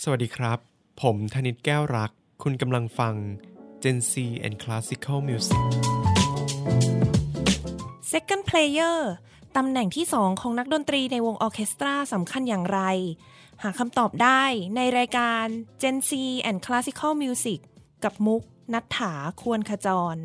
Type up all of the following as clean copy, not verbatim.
สวัสดีครับผมธนิตแก้วรักคุณกำลังฟัง Gen Z and Classical Music Second Player ตำแหน่งที่2ของนักดนตรีในวงออร์เคสตราสำคัญอย่างไรหาคำตอบได้ในรายการ Gen Z and Classical Music กับมุกณัฐฐาควรขจร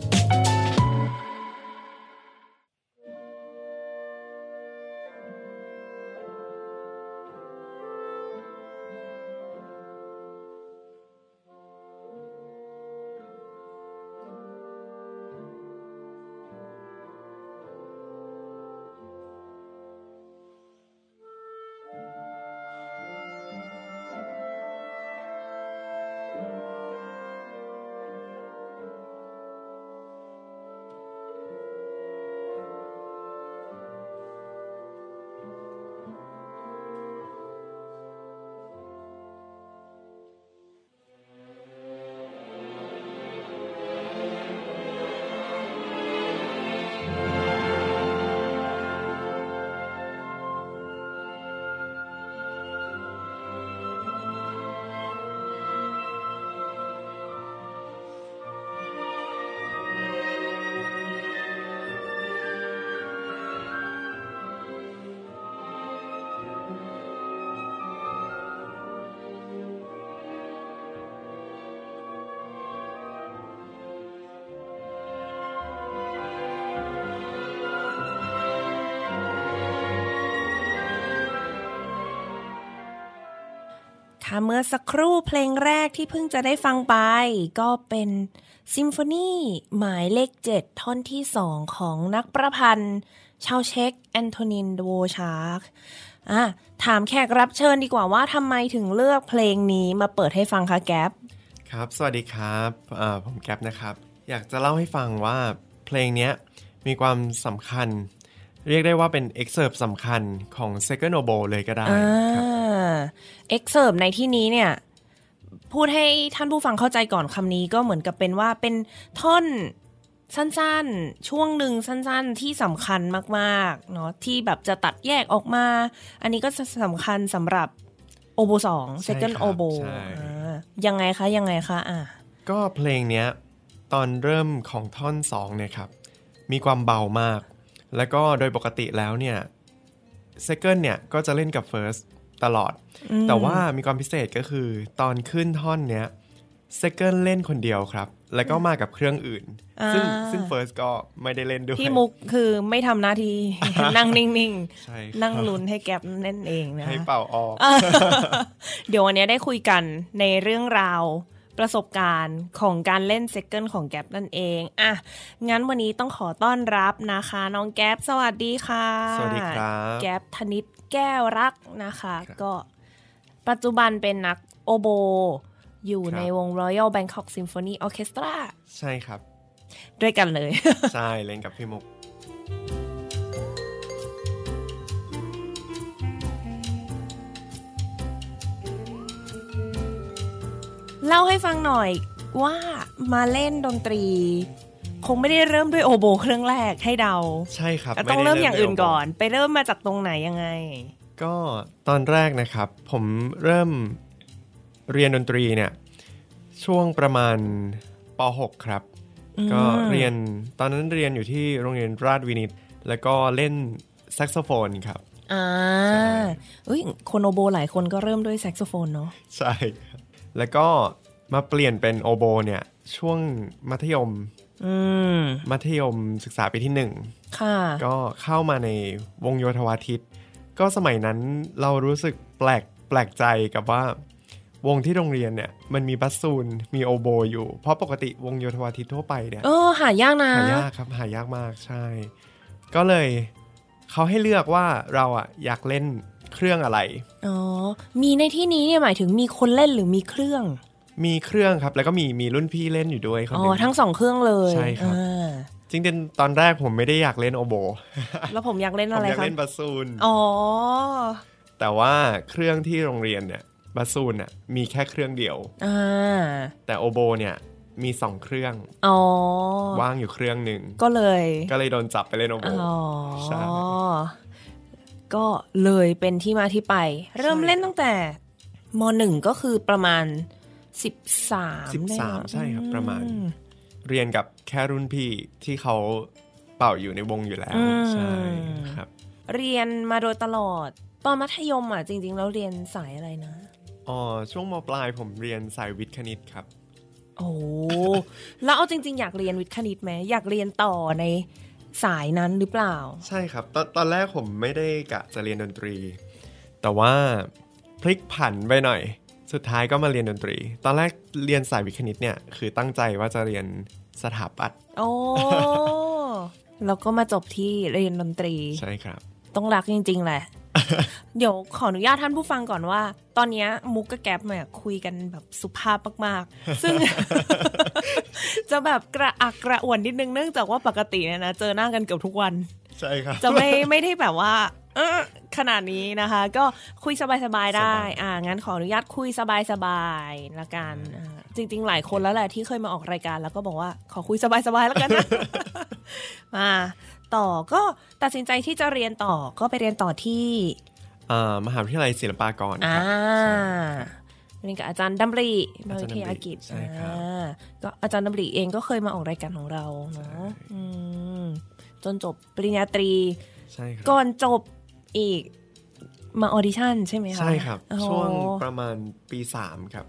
เมื่อสักครู่เพลงแรกที่เพิ่งจะได้ฟังไปก็เป็นซิมโฟนีหมายเลข7ท่อนที่2ของนักประพันธ์ชาวเช็กแอนโทนิน โดชาร์กถามแขกรับเชิญดีกว่าว่าทำไมถึงเลือกเพลงนี้มาเปิดให้ฟังคะแก๊ปครับสวัสดีครับผมแก๊ปนะครับอยากจะเล่าให้ฟังว่าเพลงนี้มีความสำคัญเรียกได้ว่าเป็น excerpt สำคัญของ Second Oboe เลยก็ได้ครับ excerpt ในที่นี้เนี่ยพูดให้ท่านผู้ฟังเข้าใจก่อนคำนี้ก็เหมือนกับเป็นว่าเป็นท่อนสั้นๆช่วงหนึ่งสั้นๆที่สำคัญมากๆเนาะที่แบบจะตัดแยกออกมาอันนี้ก็สำคัญสำหรับโอโบ2 Second Oboe ยังไงคะก็เพลงเนี้ยตอนเริ่มของท่อน2เนี่ยครับมีความเบามากแล้วก็โดยปกติแล้วเนี่ย Second เนี่ยก็จะเล่นกับ First ตลอดแต่ว่ามีความพิเศษก็คือตอนขึ้นท่อนเนี้ย Second เล่นคนเดียวครับแล้วก็มากับเครื่องอื่นซึ่ง First ก็ไม่ได้เล่นด้วยพี่มุกคือไม่ทำหน้าที่ นั่งนิ่งๆนั่งลุ้นให้แก๊ปเล่นเองนะให้เป่าออกเดี๋ยววันนี้ได้คุยกันในเรื่องราวประสบการณ์ของการเล่นเซคันด์ของแก๊ปนั่นเองงั้นวันนี้ต้องขอต้อนรับนะคะน้องแก๊ปสวัสดีค่ะสวัสดีครับแก๊ปธนิตแก้วรักนะคะก็ปัจจุบันเป็นนักโอโบอยู่ในวง Royal Bangkok Symphony Orchestra ใช่ครับด้วยกันเลยใช่เล่นกับพี่มุกเล่าให้ฟังหน่อยว่ามาเล่นดนตรีคงไม่ได้เริ่มด้วยโอโบเครื่องแรกให้เดาใช่ครับต้องเริ่มอย่างอื่นก่อนไปเริ่มมาจากตรงไหนยังไงก็ตอนแรกนะครับผมเริ่มเรียนดนตรีเนี่ยช่วงประมาณป.6 ครับก็เรียนตอนนั้นเรียนอยู่ที่โรงเรียนราชวินิตแล้วก็เล่นแซกโซโฟนครับคนโอโบหลายคนก็เริ่มด้วยแซกโซโฟนเนาะใช่แล้วก็มาเปลี่ยนเป็นโอโบเนี่ยช่วงมัธยมศึกษาปีที่1ค่ะก็เข้ามาในวงโยธวาทิตก็สมัยนั้นเรารู้สึกแปลกใจกับว่าวงที่โรงเรียนเนี่ยมันมีบัสซูนมีโอโบอยู่เพราะปกติวงโยธวาทิตทั่วไปเนี่ยหายากนะหายากครับหายากมากใช่ก็เลยเขาให้เลือกว่าเราอยากเล่นเครื่องอะไรมีในที่นี้เนี่ยหมายถึงมีคนเล่นหรือมีเครื่องมีเครื่องครับแล้วก็มีรุ่นพี่เล่นอยู่ด้วยคนนึงทั้ง2เครื่องเลยใช่ครับจริงๆตอนแรกผมไม่ได้อยากเล่นโอโบแล้วผมอยากเล่นอะไรครับผมอยากเล่นบัสซูนแต่ว่าเครื่องที่โรงเรียนเนี่ยบัสซูนน่ะมีแค่เครื่องเดียวแต่โอโบเนี่ยมี2เครื่องว่างอยู่เครื่องนึงก็เลยโดนจับไปเล่นโอโบใช่ก็เลยเป็นที่มาที่ไปเริ่มเล่นตั้งแต่ม.1 ก็คือประมาณ13 ใช่ครับประมาณเรียนกับแค่รุ่นพี่ที่เขาเป่าอยู่ในวงอยู่แล้วใช่ครับเรียนมาโดยตลอดตอนมัธยมจริงๆแล้วเรียนสายอะไรนะช่วงม.ปลายผมเรียนสายวิทย์คณิตครับโอ้แล้วเอาจริงๆอยากเรียนวิทย์คณิตไหมอยากเรียนต่อในสายนั้นหรือเปล่าใช่ครับตอนแรกผมไม่ได้กะจะเรียนดนตรีแต่ว่าพลิกผันไปหน่อยสุดท้ายก็มาเรียนดนตรีตอนแรกเรียนสายวิทย์คณิตเนี่ยคือตั้งใจว่าจะเรียนสถาปัตย์โอ้แล้วก็มาจบที่เรียนดนตรีใช่ครับต้องรักจริงๆแหละ เดี๋ยวขออนุญาตท่านผู้ฟังก่อนว่าตอนนี้มุกกับแก๊ปเนี่ยคุยกันแบบสุภาพมากๆซึ่ง จะแบบกระอักกระอ่วนนิดนึงเนื่องจากว่าปกติเนี่ยนะเจอหน้ากันเกือบทุกวันใช่ครับจะไม่ได้แบบว่าขนาดนี้นะคะก็คุยสบายๆได้งั้นขออนุญาตคุยสบายๆละกันจริงๆหลายคนแล้วแหละที่เคยมาออกรายการแล้วก็บอกว่าขอคุยสบายๆแล้วกันนะ มาต่อก็ตัดสินใจที่จะเรียนต่อก็ไปเรียนต่อที่มหาวิทยาลัยศิลปากรครับเรียนกับอาจารย์ดำริมาวิทยากิจก็อาจารย์ดำริเองก็เคยมาออกรายการของเราเนาะจนจบปริญญาตรีก่อนจบอีกมาออดิชั่นใช่ไหมคะใช่ครับช่วงประมาณปี3ครับ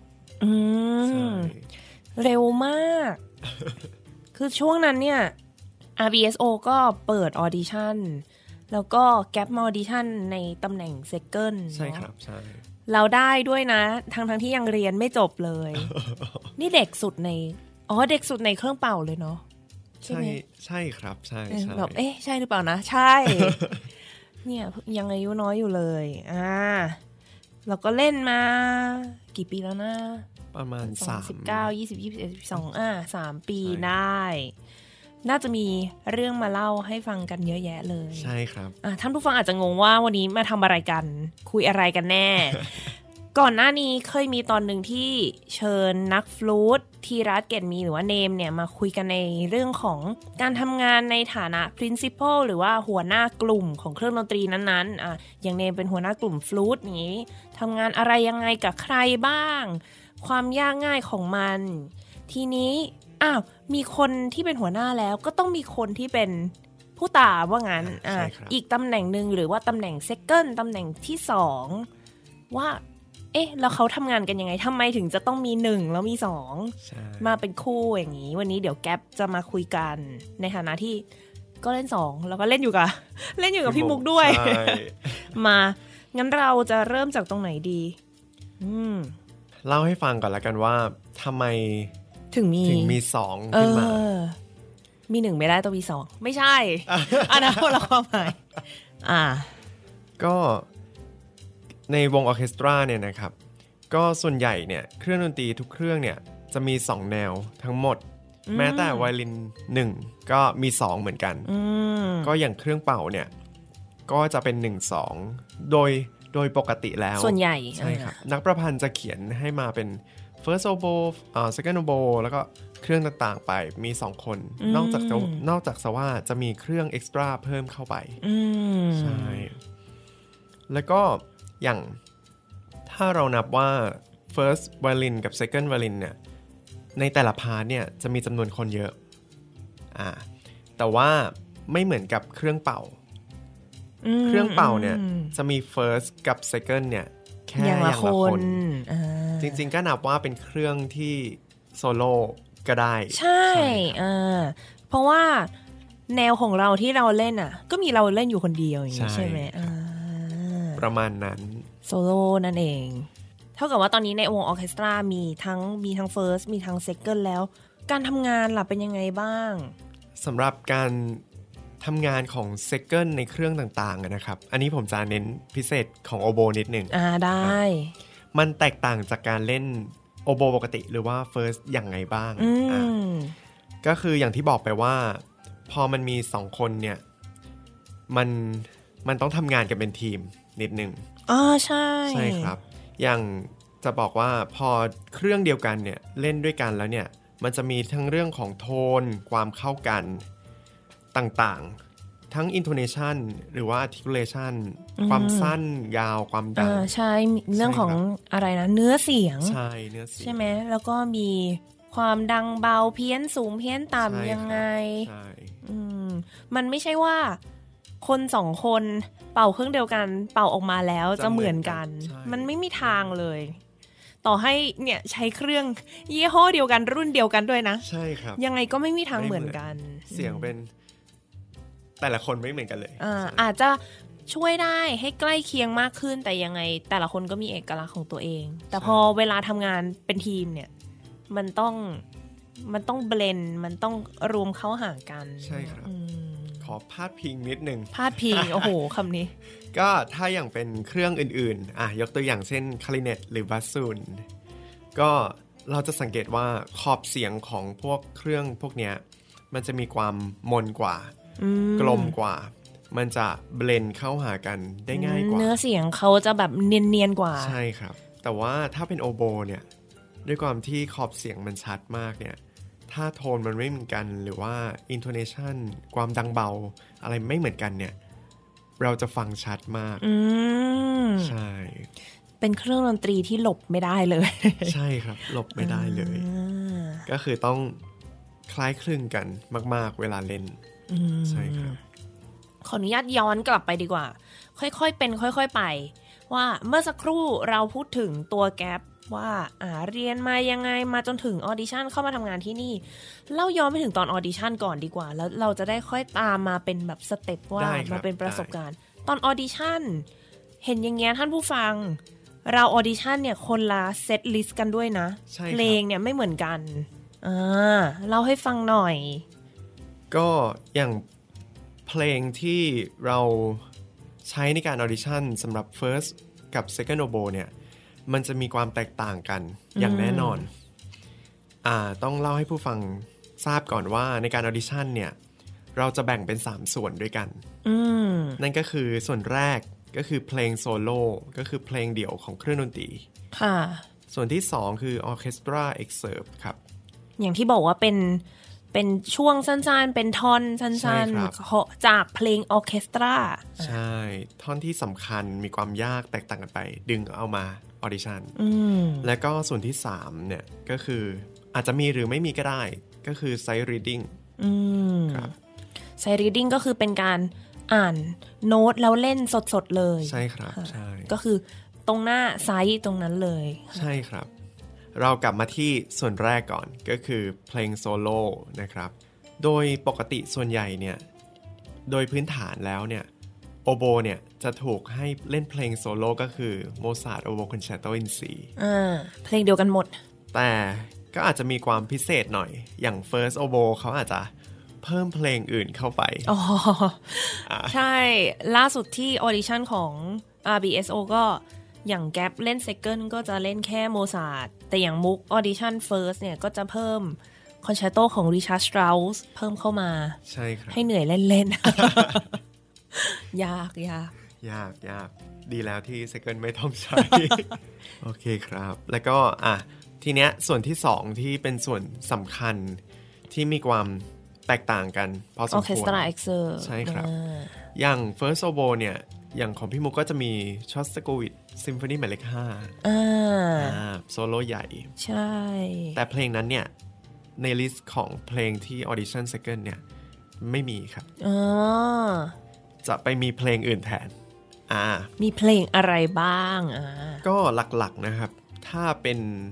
เร็วมาก คือช่วงนั้นเนี่ย RBSO ก็เปิดออดิชั่นแล้วก็แก๊ปมาออดิชั่นในตำแหน่งเซคเกิลใช่ครับใช่เราได้ด้วยนะทั้งที่ยังเรียนไม่จบเลย นี่เด็กสุดในเด็กสุดในเครื่องเป่าเลยเนาะใช่ครับใช่แบบใช่หรือเปล่านะใช่ เนี่ยยังอายุน้อยอยู่เลยเราก็เล่นมากี่ปีแล้วนะประมาณ 19 20 21 12 3 ปีได้น่าจะมีเรื่องมาเล่าให้ฟังกันเยอะแยะเลยใช่ครับท่านผู้ฟังอาจจะงงว่าวันนี้มาทำอะไรกันคุยอะไรกันแน่ ก่อนหน้านี้เคยมีตอนหนึ่งที่เชิญนักฟลูตธีรัตน์เกตมีหรือว่าเนมเนี่ยมาคุยกันในเรื่องของการทำงานในฐานะ principal หรือว่าหัวหน้ากลุ่มของเครื่องดนตรีนั้นๆอย่างเนมเป็นหัวหน้ากลุ่มฟลูตนี้ทำงานอะไรยังไงกับใครบ้างความยากง่ายของมันทีนี้มีคนที่เป็นหัวหน้าแล้วก็ต้องมีคนที่เป็นผู้ตามว่างั้นอีกตำแหน่งนึงหรือว่าตำแหน่งเซคันด์ตำแหน่งที่2ว่าแล้วเขาทำงานกันยังไงทำไมถึงจะต้องมี1แล้วมี2มาเป็นคู่อย่างนี้วันนี้เดี๋ยวแก๊ปจะมาคุยกันในฐานะที่ก็เล่น2แล้วก็เล่นอยู่กับพี่มุกด้วย มางั้นเราจะเริ่มจากตรงไหนดีเล่าให้ฟังก่อนละกันว่าทำไมถึงมี2ขึ้นมามี1ไม่ได้ต้องมี2ไม่ใช่อันนั้นคนละความหมายก็ในวงออร์เคสตราเนี่ยนะครับก็ส่วนใหญ่เนี่ยเครื่องดนตรีทุกเครื่องเนี่ยจะมี2แนวทั้งหมดแม้แต่ไวโอลิน1ก็มี2เหมือนกันก็อย่างเครื่องเป่าเนี่ยก็จะเป็น1-2โดยปกติแล้วส่วนใหญ่ใช่ครับนักประพันธ์จะเขียนให้มาเป็น first oboe second oboe แล้วก็เครื่องต่างๆไปมี2คนนอกจากว่าจะมีเครื่อง extra เพิ่มเข้าไปใช่แล้วก็อย่างถ้าเรานับว่า first violin กับ second violin เนี่ยในแต่ละพาร์ทเนี่ยจะมีจำนวนคนเยอะแต่ว่าไม่เหมือนกับเครื่องเป่าเครื่องเป่าเนี่ยจะมี first กับ second เนี่ยแค่อย่างละคนจริงๆก็นับว่าเป็นเครื่องที่โซโล่ก็ได้ใช่เพราะว่าแนวของเราที่เราเล่นก็มีเราเล่นอยู่คนเดียวอย่างนี้ใช่ไหมประมาณนั้นโซโล่นั่นเองเท่ากับว่าตอนนี้ในวงออร์เคสตรามีทั้ง first มีทั้ง second แล้วการทำงานล่ะเป็นยังไงบ้างสำหรับการทำงานของ second ในเครื่องต่างๆนะครับอันนี้ผมจะเน้นพิเศษของโอโบนิดนึงได้มันแตกต่างจากการเล่นโอโบปกติหรือว่า first อย่างไรบ้างก็คืออย่างที่บอกไปว่าพอมันมี2คนเนี่ยมันต้องทำงานกันเป็นทีมนิดนึงใช่ใช่ครับอย่างจะบอกว่าพอเครื่องเดียวกันเนี่ยเล่นด้วยกันแล้วเนี่ยมันจะมีทั้งเรื่องของโทนความเข้ากันต่างๆทั้ง intonation หรือว่า articulation ความสั้นยาวความดังใช่เรื่องของอะไรนะเนื้อเสียงใช่เนื้อเสียงใช่ไหมแล้วก็มีความดังเบาเพี้ยนสูงเพี้ยนต่ำยังไงมันไม่ใช่ว่าคนสองคนเป่าเครื่องเดียวกันเป่าออกมาแล้วจะเหมือนกันมันไม่มีทางเลยต่อให้เนี่ยใช้เครื่องยี่ห้อเดียวกันรุ่นเดียวกันด้วยนะใช่ครับยังไงก็ไม่มีทางเหมือนกันเสียงเป็นแต่ละคนไม่เหมือนกันเลยอาจจะช่วยได้ให้ใกล้เคียงมากขึ้นแต่ยังไงแต่ละคนก็มีเอกลักษณ์ของตัวเองแต่พอเวลาทำงานเป็นทีมเนี่ยมันต้องเบลนด์มันต้องรวมเข้าหากันใช่ครับขอพาดพิงนิดนึงพาดพิง โอ้โหคำนี้ก็ถ้าอย่างเป็นเครื่องอื่นๆยกตัวอย่างเช่นคลาริเนตหรือบาซูนก็เราจะสังเกตว่าขอบเสียงของพวกเครื่องพวกเนี้ยมันจะมีความมนกว่ากลมกว่ามันจะเบลนด์เข้าหากันได้ง่ายกว่าเนื้อเสียงเขาจะแบบเนียนๆกว่าใช่ครับแต่ว่าถ้าเป็นโอโบเนี่ยด้วยความที่ขอบเสียงมันชัดมากเนี่ยถ้าโทนมันไม่เหมือนกันหรือว่า intonation ความดังเบาอะไรไม่เหมือนกันเนี่ยเราจะฟังชัดมากใช่เป็นเครื่องดนตรีที่หลบไม่ได้เลยใช่ครับหลบไม่ได้เลยก็คือต้องคล้ายคลึงกันมากๆเวลาเล่นใช่ครับขออนุญาตย้อนกลับไปดีกว่าค่อยๆเป็นค่อยๆไปว่าเมื่อสักครู่เราพูดถึงตัวแก๊ปว่าเรียนมายังไงมาจนถึงออดิชั่นเข้ามาทำงานที่นี่เล่าย้อนไปถึงตอนออดิชั่นก่อนดีกว่าแล้วเราจะได้ค่อยตามมาเป็นแบบสเต็ปว่ามาเป็นประสบการณ์ตอนออดิชั่นเห็นอย่างเงี้ยท่านผู้ฟังเราออดิชั่นเนี่ยคนละเซตลิสต์กันด้วยนะเพลงเนี่ยไม่เหมือนกันเล่าให้ฟังหน่อยก็อย่างเพลงที่เราใช้ในการออดิชั่นสำหรับ First กับ Second Oboe เนี่ยมันจะมีความแตกต่างกันอย่างแน่นอนต้องเล่าให้ผู้ฟังทราบก่อนว่าในการออดิชั่นเนี่ยเราจะแบ่งเป็น3ส่วนด้วยกันนั่นก็คือส่วนแรกก็คือเพลงโซโล่ก็คือเพลงเดี่ยวของเครื่องดนตรีค่ะส่วนที่2คือ Orchestra Excerpt ครับอย่างที่บอกว่าเป็นช่วงสั้นๆเป็นท่อนสั้นๆจากเพลงออร์เคสตราใช่ท่อนที่สำคัญมีความยากแตกต่างกันไปดึงเอามาออดิชั่นแล้วก็ส่วนที่3เนี่ยก็คืออาจจะมีหรือไม่มีก็ได้ก็คือ Sight Reading ครับ Sight Reading ก็คือเป็นการอ่านโน้ตแล้วเล่นสดๆเลยใช่ครับใช่ก็คือตรงหน้าไซต์ตรงนั้นเลยใช่ครับเรากลับมาที่ส่วนแรกก่อนก็คือเพลงโซโล่นะครับโดยปกติส่วนใหญ่เนี่ยโดยพื้นฐานแล้วเนี่ยโอโบเนี่ยจะถูกให้เล่นเพลงโซโล่ก็คือ Mozart Oboe Concerto in C เพลงเดียวกันหมดแต่ก็อาจจะมีความพิเศษหน่อยอย่าง First Oboe เขาอาจจะเพิ่มเพลงอื่นเข้าไปใช่ล่าสุดที่ออดิชั่นของ RBSO ก็อย่างแก๊ปเล่น Second ก็จะเล่นแค่โมซาร์ทแต่อย่างมุกออดิชั่น First เนี่ยก็จะเพิ่มคอนแชร์โตของ Richard Strauss เพิ่มเข้ามาใช่ครับให้เหนื่อยเล่นๆ ยากดีแล้วที่ Second ไม่ต้องใช้ โอเคครับแล้วก็ทีเนี้ยส่วนที่2ที่เป็นส่วนสำคัญที่มีความแตกต่างกันพอสมควร Orchestra Excerpt ใช่ครับอย่าง First Oboe เนี่ยอย่างของพี่มุกก็จะมีช็อตสโกวิทซิมโฟนีหมายเลข5โซโล่ใหญ่ใช่แต่เพลงนั้นเนี่ยในลิสต์ของเพลงที่ Audition Second เนี่ยไม่มีครับจะไปมีเพลงอื่นแทนมีเพลงอะไรบ้างก็หลักๆนะครับถ้าเป็น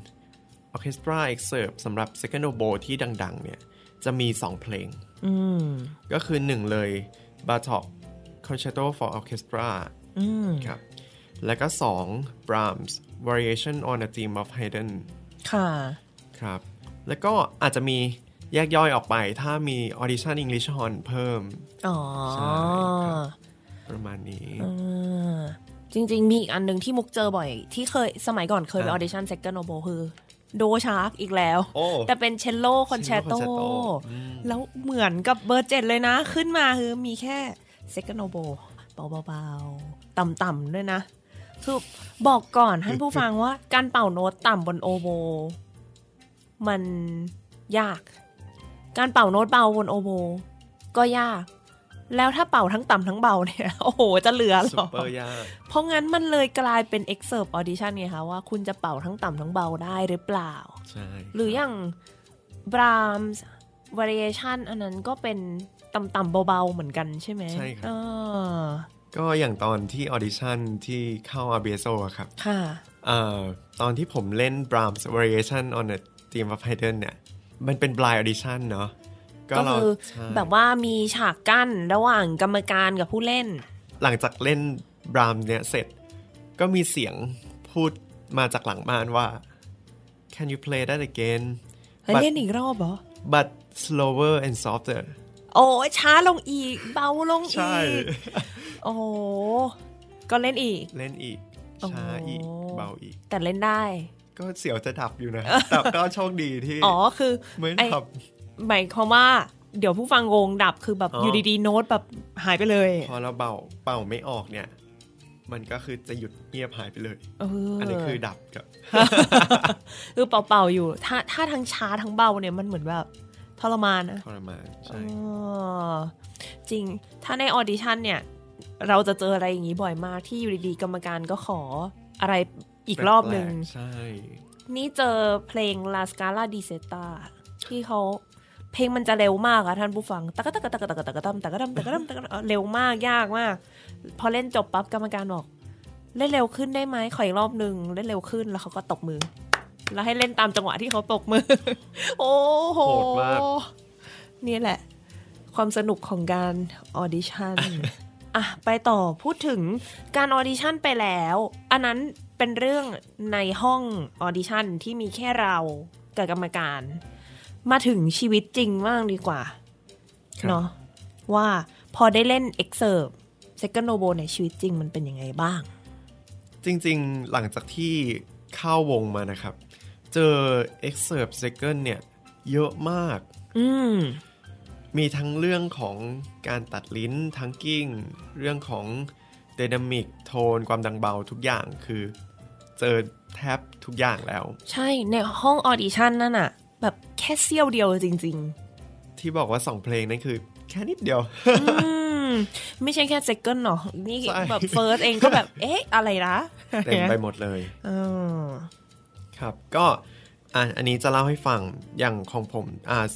Orchestra Excerpt สำหรับ Second Oboe ที่ดังๆเนี่ยจะมี2เพลงก็คือ1เลย Bartók Concerto for Orchestra ครับแล้วก็2 Brahms Variation on a Theme of Haydn ค่ะครับแล้วก็อาจจะมีแยกย่อยออกไปถ้ามี Audition English Horn เพิ่มใช่ครับประมาณนี้จริงๆมีอีกอันนึงที่มุกเจอบ่อยที่เคยสมัยก่อนเคยไป Audition Second Oboe คือโดชาร์กอีกแล้วแต่เป็นเชลโลคอนแชร์โตแล้วเหมือนกับเบอร์7เลยนะขึ้นมาคือมีแค่Second Oboe เบาๆต่ำๆด้วยนะคือบอกก่อนท่านผู้ฟังว่าการเป่าโน้ตต่ำบนโอโบมันยากการเป่าโน้ตเบาบนโอโบก็ยากแล้วถ้าเป่าทั้งต่ำทั้งเบาเนี่ยโอ้โหจะเหลือหรอซุปเปอร์ยากเพราะงั้นมันเลยกลายเป็น Excerpt Audition ไงคะว่าคุณจะเป่าทั้งต่ำทั้งเบาได้หรือเปล่าใช่หรืออย่าง Brahms Variation อันนั้นก็เป็นต่ำๆเบาๆเหมือนกันใช่ไหมใช่ครับก็อย่างตอนที่ Audition ที่เข้า RBSO ครับค่ะตอนที่ผมเล่น Brahms Variation on the Theme of Haydn เนี่ยมันเป็น blind audition เนาะก็คือแบบว่ามีฉากกั้นระหว่างกรรมการกับผู้เล่นหลังจากเล่น Brahms เนี่ยเสร็จก็มีเสียงพูดมาจากหลังบ้านว่า Can you play that again เล่นอีกรอบเหรอ but slower and softer โอ้ช้าลงอีกเบาลงอีกใช่โอ้ก็เล่นอีกช้าอีกเบาอีกแต่เล่นได้ก็เสียวจะดับอยู่นะแต่ก็โชคดีที่คือไม่ดับหมายความว่าเดี๋ยวผู้ฟังงงดับคือแบบอยู่ดีๆโน้ตแบบหายไปเลยพอเราเป่าไม่ออกเนี่ยมันก็คือจะหยุดเงียบหายไปเลยอันนี้คือดับกับคือเป่าๆอยู่ถ้าทั้งช้าทั้งเบาเนี่ยมันเหมือนแบบทรมานนะทรมานใช่จริงถ้าในออดิชั่นเนี่ยเราจะเจออะไรอย่างนี้บ่อยมากที่อยู่ดีๆกรรมการก็ขออะไรอีกรอบนึงใช่นี่เจอเพลง La Scala di Seta ที่เขาเพลงมันจะเร็วมากอะท่านผู้ฟังตะกะตะกะตะกะตะกะตะกะตะตะกะตะตะกะตะเร็วมากยากมากพอเล่นจบปั๊บกรรมการบอกเล่นเร็วขึ้นได้ไหมขออีกรอบนึงเล่นเร็วขึ้นแล้วเขาก็ตบมือแล้วให้เล่นตามจังหวะที่เขาตบมือโอ้โหนี่แหละความสนุกของการออดิชั่นอ่ะไปต่อพูดถึงการออดิชั่นไปแล้วอันนั้นเป็นเรื่องในห้องออดิชั่นที่มีแค่เรากับกรรมการมาถึงชีวิตจริงบ้างดีกว่าเนาะว่าพอได้เล่น Excerpt Second Oboe ในชีวิตจริงมันเป็นยังไงบ้างจริงๆหลังจากที่เข้าวงมานะครับเจอ Excerpt Second เนี่ยเยอะมากมีทั้งเรื่องของการตัดลิ้นทั้งกิ้งเรื่องของไดนามิกโทนความดังเบาทุกอย่างคือเจอแทบทุกอย่างแล้วใช่ในห้องออดิชั่นนั่นน่ะแบบแค่เสี้ยวเดียวจริงๆที่บอกว่า2เพลงนั่นคือแค่นิดเดียวไม่ใช่แค่ second หรอนี่แบบ first เองก็แบบเอ๊ะอะไรนะเต็มไปหมดเลยครับก็อันนี้จะเล่าให้ฟังอย่างของผม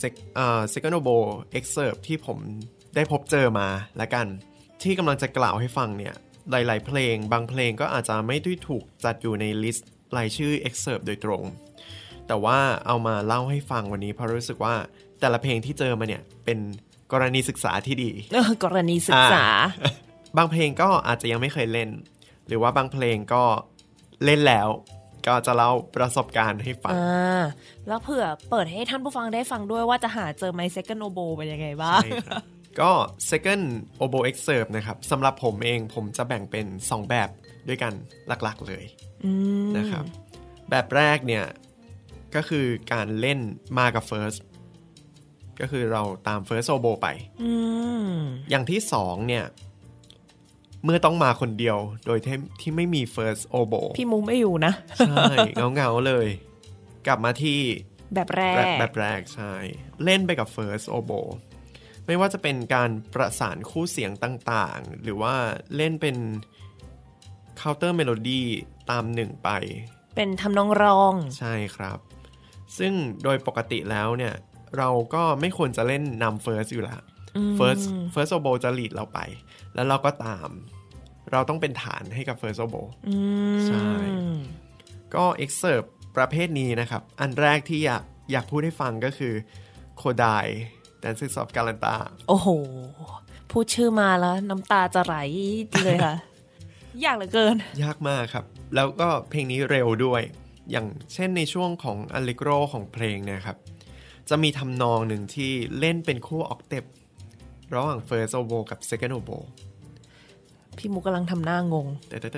Second Oboe Excerpt ที่ผมได้พบเจอมาละกันที่กำลังจะกล่าวให้ฟังเนี่ยหลายๆเพลงบางเพลงก็อาจจะไม่ได้ถูกจัดอยู่ในลิสต์รายชื่อ Excerpt โดยตรงแต่ว่าเอามาเล่าให้ฟังวันนี้เพราะรู้สึกว่าแต่ละเพลงที่เจอมาเนี่ยเป็นกรณีศึกษาที่ดีกรณีศึกษาบางเพลงก็อาจจะยังไม่เคยเล่นหรือว่าบางเพลงก็เล่นแล้วก็จะเล่าประสบการณ์ให้ฟังแล้วเผื่อเปิดให้ท่านผู้ฟังได้ฟังด้วยว่าจะหาเจอไหม Second Oboe เป็นยังไงบ้างใช่ครับก็ Second Oboe Excerpt นะครับสำหรับผมเองผมจะแบ่งเป็น2แบบด้วยกันหลักๆเลยนะครับแบบแรกเนี่ยก็คือการเล่นมากับ First ก็คือเราตาม First Oboe ไปอย่างที่2เนี่ยเมื่อต้องมาคนเดียวโดยที่ไม่มี First Oboe พี่มุ้งไม่อยู่นะใช่เงาๆเลยกลับมาที่แบบแรกใช่เล่นไปกับ First Oboe ไม่ว่าจะเป็นการประสานคู่เสียงต่างๆหรือว่าเล่นเป็น Counter Melody ตาม1ไปเป็นทำนองร้องใช่ครับซึ่งโดยปกติแล้วเนี่ยเราก็ไม่ควรจะเล่นนำ First อยู่แล้ว First Oboe จะ lead เราไปแล้วเราก็ตามเราต้องเป็นฐานให้กับ First Oboe ใช่ก็ Excerpt ประเภทนี้นะครับอันแรกที่อยากพูดให้ฟังก็คือ Kodai Dances of Galanta โอ้โหพูดชื่อมาแล้วน้ำตาจะไหลเลยค่ะ ยากเหลือเกินยากมากครับแล้วก็เพลงนี้เร็วด้วยอย่างเช่นในช่วงของ Allegro ของเพลงเนี่ยครับจะมีทำนองหนึ่งที่เล่นเป็นคู่ออกเทประหว่าง First Oboe กับ Second Oboe พี่มุกกำลังทำหน้างง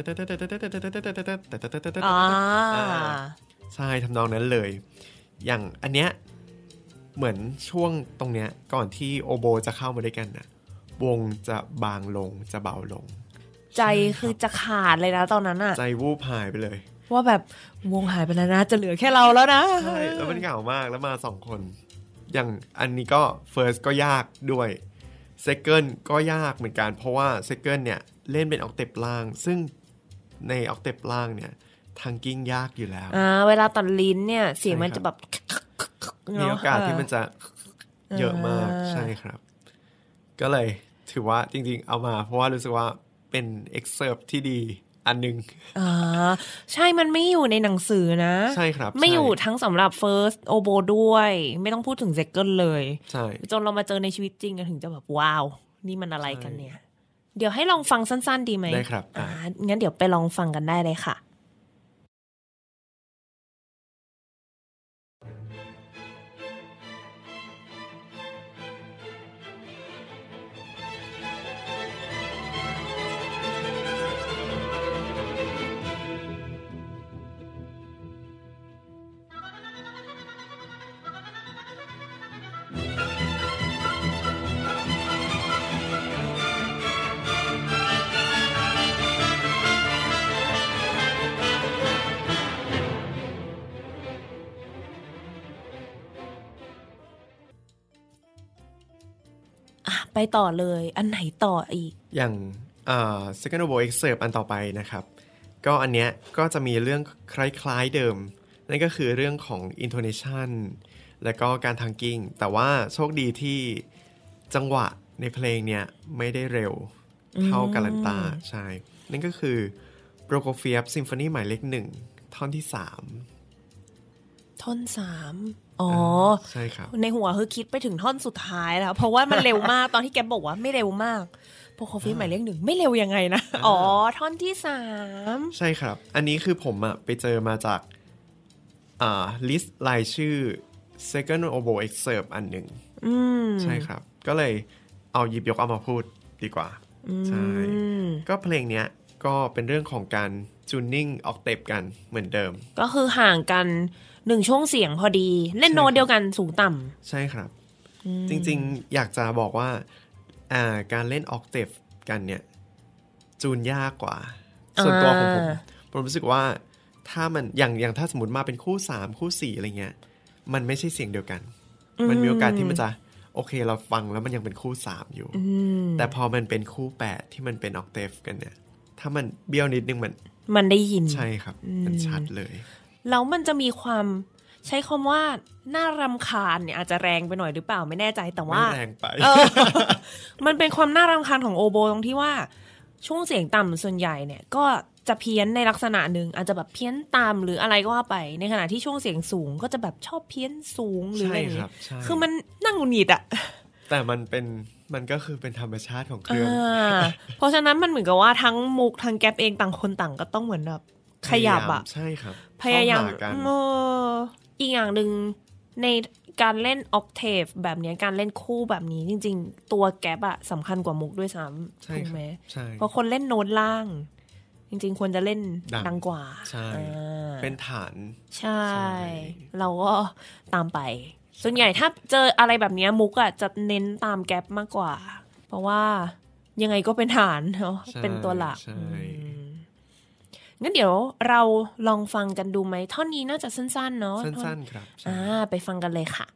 ใช่ทำนองนั้นเลยอย่างอันเนี้ยเหมือนช่วงตรงเนี้ยก่อนที่โอโบจะเข้ามาด้วยกันนะวงจะบางลงจะเบาลงใจคือจะขาดเลยนะตอนนั้นอะใจวูบหายไปเลยว่าแบบวงหายไปแล้วนะจะเหลือแค่เราแล้วนะใช่แล้วมันเหงามากแล้วมา2คนอย่างอันนี้ก็ First ก็ยากด้วย second ก็ยากเหมือนกันเพราะว่า second เนี่ยเล่นเป็นออกเทปล่างซึ่งในออกเทปล่างเนี่ยทังกิ้งยากอยู่แล้วเวลาตัดลิ้นเนี่ยเสียงมันจะแบบมีโอกาสที่มันจะเยอะมากใช่ครับก็เลยถือว่าจริงๆเอามาเพราะว่ารู้สึกว่าเป็น excerpt ที่ดีอันนึงใช่มันไม่อยู่ในหนังสือนะใช่ครับไม่อยู่ทั้งสำหรับ first oboe ด้วยไม่ต้องพูดถึง second เลยใช่จนเรามาเจอในชีวิตจริงกันถึงจะแบบว้าวนี่มันอะไรกันเนี่ยเดี๋ยวให้ลองฟังสั้นๆดีไหมได้ครับงั้นเดี๋ยวไปลองฟังกันได้เลยค่ะไปต่อเลยอันไหนต่ออีกอย่างsecond oboe excerpt อันต่อไปนะครับก็อันเนี้ยก็จะมีเรื่องคล้ายๆเดิมนั่นก็คือเรื่องของ intonation และก็การทังกิ้งแต่ว่าโชคดีที่จังหวะในเพลงเนี้ยไม่ได้เร็วเท่ากาลันตาใช่นั่นก็คือ Prokofiev Symphony หมายเลข1ท่อนที่3 ท่อน3 ใช่ครับในหัวคือคิดไปถึงท่อนสุดท้ายแล้วเพราะว่ามันเร็วมากตอนที่แกบอกว่าไม่เร็วมากโปรโคฟีฟหมายเลข1ไม่เร็วยังไงนะท่อนที่3 ใช่ครับอันนี้คือผมไปเจอมาจากลิสต์รายชื่อ second oboe excerpt อันหนึ่งใช่ครับก็เลยเอาหยิบยกเอามาพูดดีกว่าใช่ก็เพลงเนี้ยก็เป็นเรื่องของการจูนนิ่งออกเทปกันเหมือนเดิมก็คือห่างกัน1ช่วงเสียงพอดีเล่นโน้ตเดียวกันสูงต่ำใช่ครับจริงๆอยากจะบอกว่าการเล่นออกเทปกันเนี่ยจูนยากกว่าส่วนตัวของผมรู้สึกว่าถ้ามันอย่างถ้าสมมติมาเป็นคู่3คู่4อะไรเงี้ยมันไม่ใช่เสียงเดียวกันมันมีโอกาสที่มันจะโอเคเราฟังแล้วมันยังเป็นคู่3อยู่แต่พอมันเป็นคู่8ที่มันเป็นออกเทปกันเนี่ยถ้ามันเบี้ยวนิดนึงมันได้ยินใช่ครับมันชัดเลยแล้วมันจะมีความใช้คำว่าน่ารำคาญเนี่ยอาจจะแรงไปหน่อยหรือเปล่าไม่แน่ใจแต่ว่าไม่แรงไปมันเป็นความน่ารำคาญของโอโบตรงที่ว่าช่วงเสียงต่ำส่วนใหญ่เนี่ยก็จะเพี้ยนในลักษณะหนึ่งอาจจะแบบเพี้ยนต่ำหรืออะไรก็ว่าไปในขณะที่ช่วงเสียงสูงก็จะแบบชอบเพี้ยนสูงหรืออะไรอย่างนี้คือมันนั่งหงุดหงิดอะแต่มันก็คือเป็นธรรมชาติของเครื่องเพราะฉะนั้นมันเหมือนกับว่าทั้งมุกทั้งแก๊ปเองต่างคนต่างก็ต้องเหมือนแบบขยับอะใช่ครับพยายามอีกอย่างนึงในการเล่นออกเทฟแบบนี้การเล่นคู่แบบนี้จริงๆตัวแก๊ปอะสำคัญกว่ามุกด้วยซ้ำถูกไหมเพราะคนเล่นโน้ตล่างจริงๆควรจะเล่นดังกว่าใช่เป็นฐานใช่เราก็ตามไปส่วนใหญ่ถ้าเจออะไรแบบนี้มุกอะจะเน้นตามแก๊ปมากกว่าเพราะว่ายังไงก็เป็นฐานเนาะเป็นตัวหลักงั้นเดี๋ยวเราลองฟังกันดูไหมท่อนนี้น่าจะสั้นๆเนาะสั้นๆครับไปฟังกันเลยค่ะ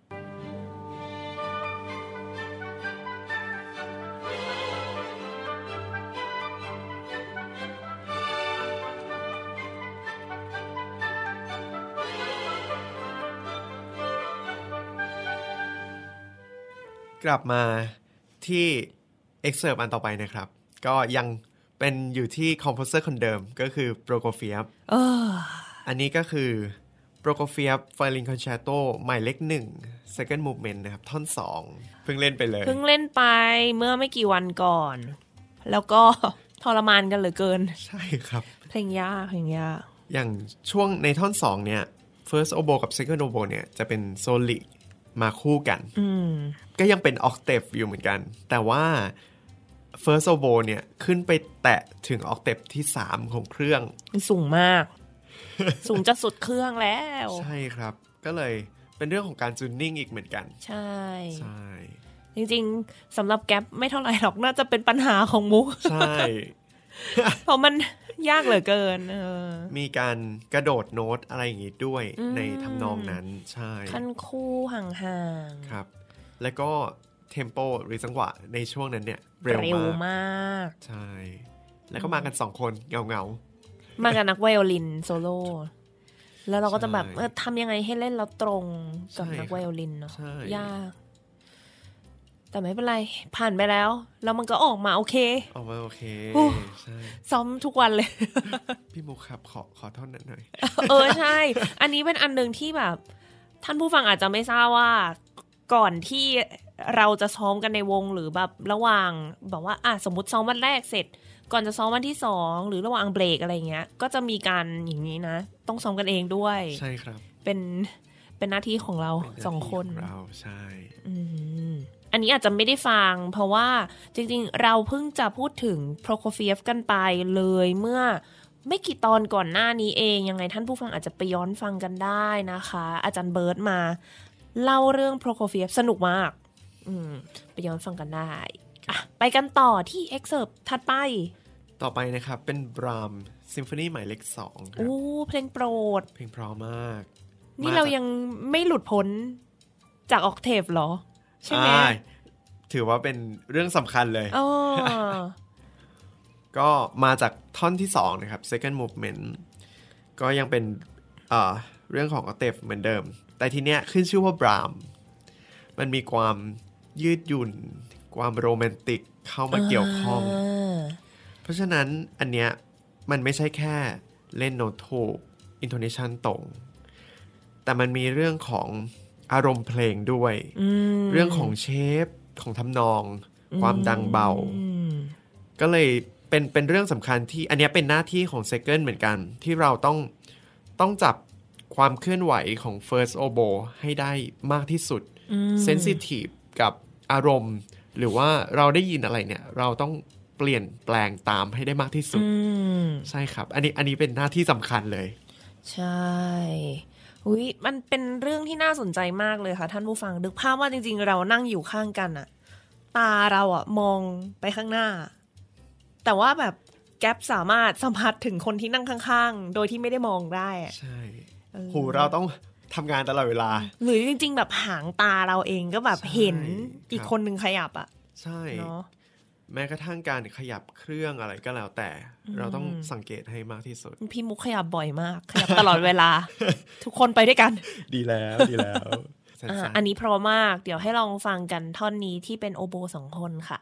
กลับมาที่ excerpt อันต่อไปนะครับก็ยังเป็นอยู่ที่คอมโพเซอร์คนเดิมก็คือโปรโคเฟียฟอันนี้ก็คือโปรโคเฟียฟไวโอลินคอนแชร์โตหมายเลข1 second movement นะครับท่อน2เพิ่งเล่นไปเลยเพิ่งเล่นไปเมื่อไม่กี่วันก่อนแล้วก็ทรมานกันเหลือเกินใช่ครับเพลงยากอย่างช่วงในท่อน2เนี่ย first oboe กับ second oboe เนี่ยจะเป็นโซลิมาคู่กันก็ยังเป็นออกเทปอยู่เหมือนกันแต่ว่า First oboe เนี่ยขึ้นไปแตะถึงออกเทปที่3ของเครื่องสูงมาก สูงจะสุดเครื่องแล้วใช่ครับก็เลยเป็นเรื่องของการจูนนิ่งอีกเหมือนกันใช่จริงๆสำหรับแก๊ปไม่เท่าไหร่หรอกน่าจะเป็นปัญหาของมุกใช่เพราะมันยากเหลือเกินมีการกระโดดโน้ตอะไรอย่างงี้ด้วยในทำนองนั้นใช่ขั้นคู่ห่างๆครับแล้วก็เทมโปหรือจังหวะในช่วงนั้นเนี่ยเร็วมากใช่แล้วก็มากัน2คนเงามากันนักไวโอลินโซโล่แล้วเราก็จะแบบทำยังไงให้เล่นแล้วตรงกับนักไวโอลินเนาะยากแต่ไม่เป็นไรผ่านไปแล้วมันก็ออกมาโอเคใช่ซ้อมทุกวันเลยพี่มุกครับขอท่อนนั้นหน่อยใช่อันนี้เป็นอันนึงที่แบบท่านผู้ฟังอาจจะไม่ทราบว่าก่อนที่เราจะซ้อมกันในวงหรือแบบระหว่างแบบว่าสมมติซ้อมวันแรกเสร็จก่อนจะซ้อมวันที่2หรือระหว่างเบรกอะไรเงี้ยก็จะมีการอย่างนี้นะต้องซ้อมกันเองด้วยใช่ครับเป็นหน้าที่ของเรา2คนเราใช่อันนี้อาจจะไม่ได้ฟังเพราะว่าจริงๆเราเพิ่งจะพูดถึงโพรโคเฟียฟกันไปเลยเมื่อไม่กี่ตอนก่อนหน้านี้เองยังไงท่านผู้ฟังอาจจะไปย้อนฟังกันได้นะคะอาจารย์เบิร์ตมาเล่าเรื่องโพรโคเฟียฟสนุกมากไปย้อนฟังกันได้ไปกันต่อที่เอ็กเซิร์ฟถัดไปต่อไปนะครับเป็นบรามซิมโฟนีหมายเลข2ครับเพลงโปรดเพลงเพราะมากนี่เรายังไม่หลุดพ้นจากออกเทฟหรอใช่ไหมถือว่าเป็นเรื่องสำคัญเลย ก็มาจากท่อนที่2นะครับ second movement ก็ยังเป็นเรื่องของออกเทฟเหมือนเดิมแต่ทีเนี้ยขึ้นชื่อว่าบรามมันมีความยืดหยุ่นความโรแมนติกเข้ามาเกี่ยวข้องเพราะฉะนั้นอันเนี้ยมันไม่ใช่แค่เล่นโน้ตถูก intonation ตรงแต่มันมีเรื่องของอารมณ์เพลงด้วยเรื่องของเชฟของทำนองความดังเบาก็เลยเป็นเรื่องสำคัญที่อันนี้เป็นหน้าที่ของ second เหมือนกันที่เราต้องจับความเคลื่อนไหวของ first oboe ให้ได้มากที่สุด sensitive กับอารมณ์หรือว่าเราได้ยินอะไรเนี่ยเราต้องเปลี่ยนแปลงตามให้ได้มากที่สุดใช่ครับอันนี้เป็นหน้าที่สำคัญเลยใช่มันเป็นเรื่องที่น่าสนใจมากเลยค่ะท่านผู้ฟังนึกภาพว่าจริงๆเรานั่งอยู่ข้างกันอะตาเราอะมองไปข้างหน้าแต่ว่าแบบแก๊ปสามารถสัมผัสถึงคนที่นั่งข้างๆโดยที่ไม่ได้มองได้ใช่หูเราต้องทำงานตลอดเวลาหรือจริงๆแบบหางตาเราเองก็แบบเห็นอีกคนนึงขยับอะใช่เนาะแม้กระทั่งการขยับเครื่องอะไรก็แล้วแต่เราต้องสังเกตให้มากที่สุดพี่มุกขยับบ่อยมากขยับตลอดเวลา ทุกคนไปด้วยกันดีแล้วอันนี้เพราะมากเดี๋ยวให้ลองฟังกันท่อนนี้ที่เป็นโอโบ2คนค่ะ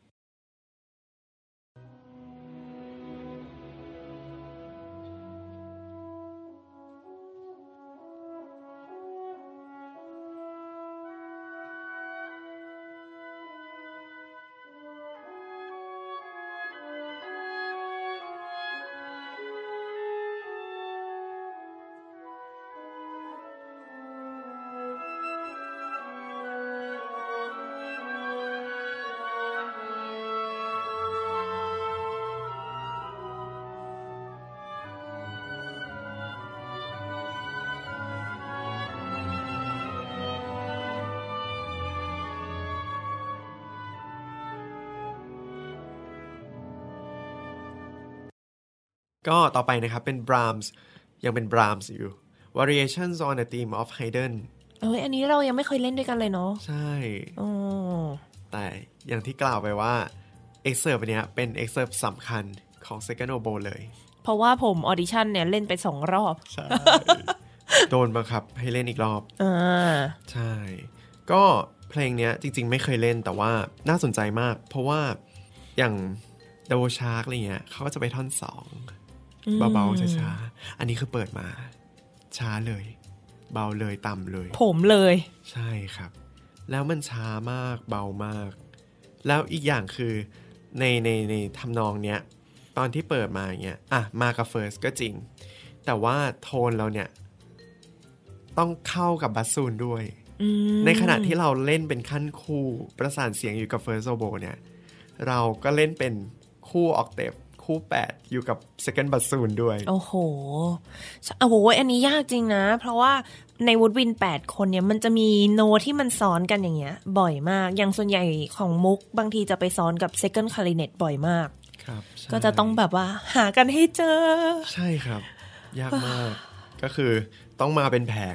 ก็ต่อไปนะครับเป็น Brahms ยังเป็น Brahms อยู่ Variations on the Theme of Haydn อันนี้เรายังไม่เคยเล่นด้วยกันเลยเนาะใช่แต่อย่างที่กล่าวไปว่า excerpt เนี้ยเป็น excerpt สำคัญของ Second Oboe เลยเพราะว่าผมออดิชั่นเนี่ยเล่นไป2 รอบใช่ โดนบังคับให้เล่นอีกรอบใช่ก็เพลงเนี้ยจริงๆไม่เคยเล่นแต่ว่าน่าสนใจมากเพราะว่าอย่าง Double Shark อะไรเงี้ยเขาก็จะไปท่อน2เบาๆช้าๆอันนี้คือเปิดมาช้าเลยเบาเลยต่ำเลยผมเลยใช่ครับแล้วมันช้ามากเบามากแล้วอีกอย่างคือในทำนองเนี้ยตอนที่เปิดมาอย่างเงี้ยมากับเฟิร์สก็จริงแต่ว่าโทนเราเนี่ยต้องเข้ากับบัสซูนด้วยในขณะที่เราเล่นเป็นขั้นคู่ประสานเสียงอยู่กับเฟิร์สโอโบเนี่ยเราก็เล่นเป็นคู่ออกเทฟคู่8อยู่กับ second bassoon ด้วยโอ้โหอันนี้ยากจริงนะเพราะว่าในวูดวิน8คนเนี่ยมันจะมีโน้ตที่มันซ้อนกันอย่างเงี้ยบ่อยมากอย่างส่วนใหญ่ของมุกบางทีจะไปซ้อนกับ second clarinet บ่อยมากครับก็จะต้องแบบว่าหากันให้เจอใช่ครับยากมาก ก็คือต้องมาเป็นแผง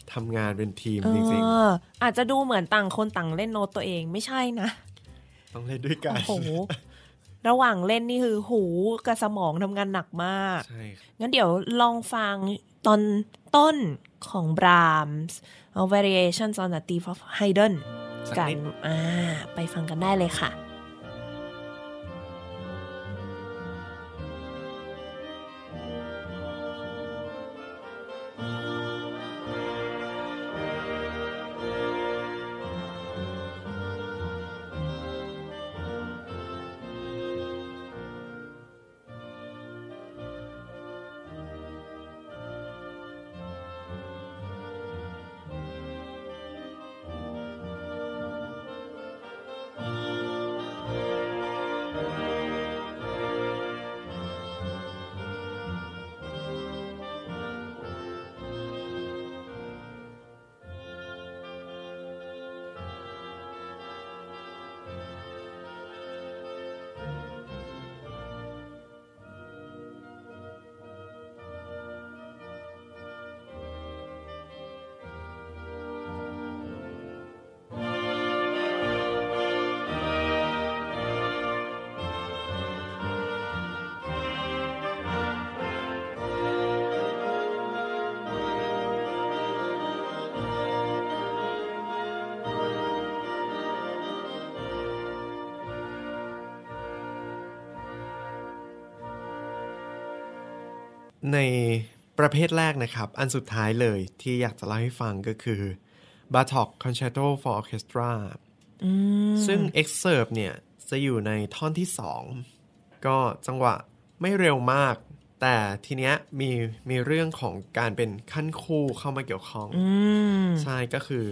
ทำงานเป็นทีมจริงๆอาจจะดูเหมือนต่างคนต่างเล่นโน้ตตัวเองไม่ใช่นะต้องเล่นด้วยกันโอ้โหระหว่างเล่นนี่คือหูกับสมองทำงานหนักมากใช่งั้นเดี๋ยวลองฟังตอนต้นของ Brahms Variations on the Theme of Haydn กันไปฟังกันได้เลยค่ะในประเภทแรกนะครับอันสุดท้ายเลยที่อยากจะเล่าให้ฟังก็คือ Bartók Concerto for Orchestra ซึ่ง excerpt เนี่ยจะอยู่ในท่อนที่2ก็จังหวะไม่เร็วมากแต่ทีเนี้ยมีเรื่องของการเป็นขั้นคู่เข้ามาเกี่ยวข้องใช่ก็คือ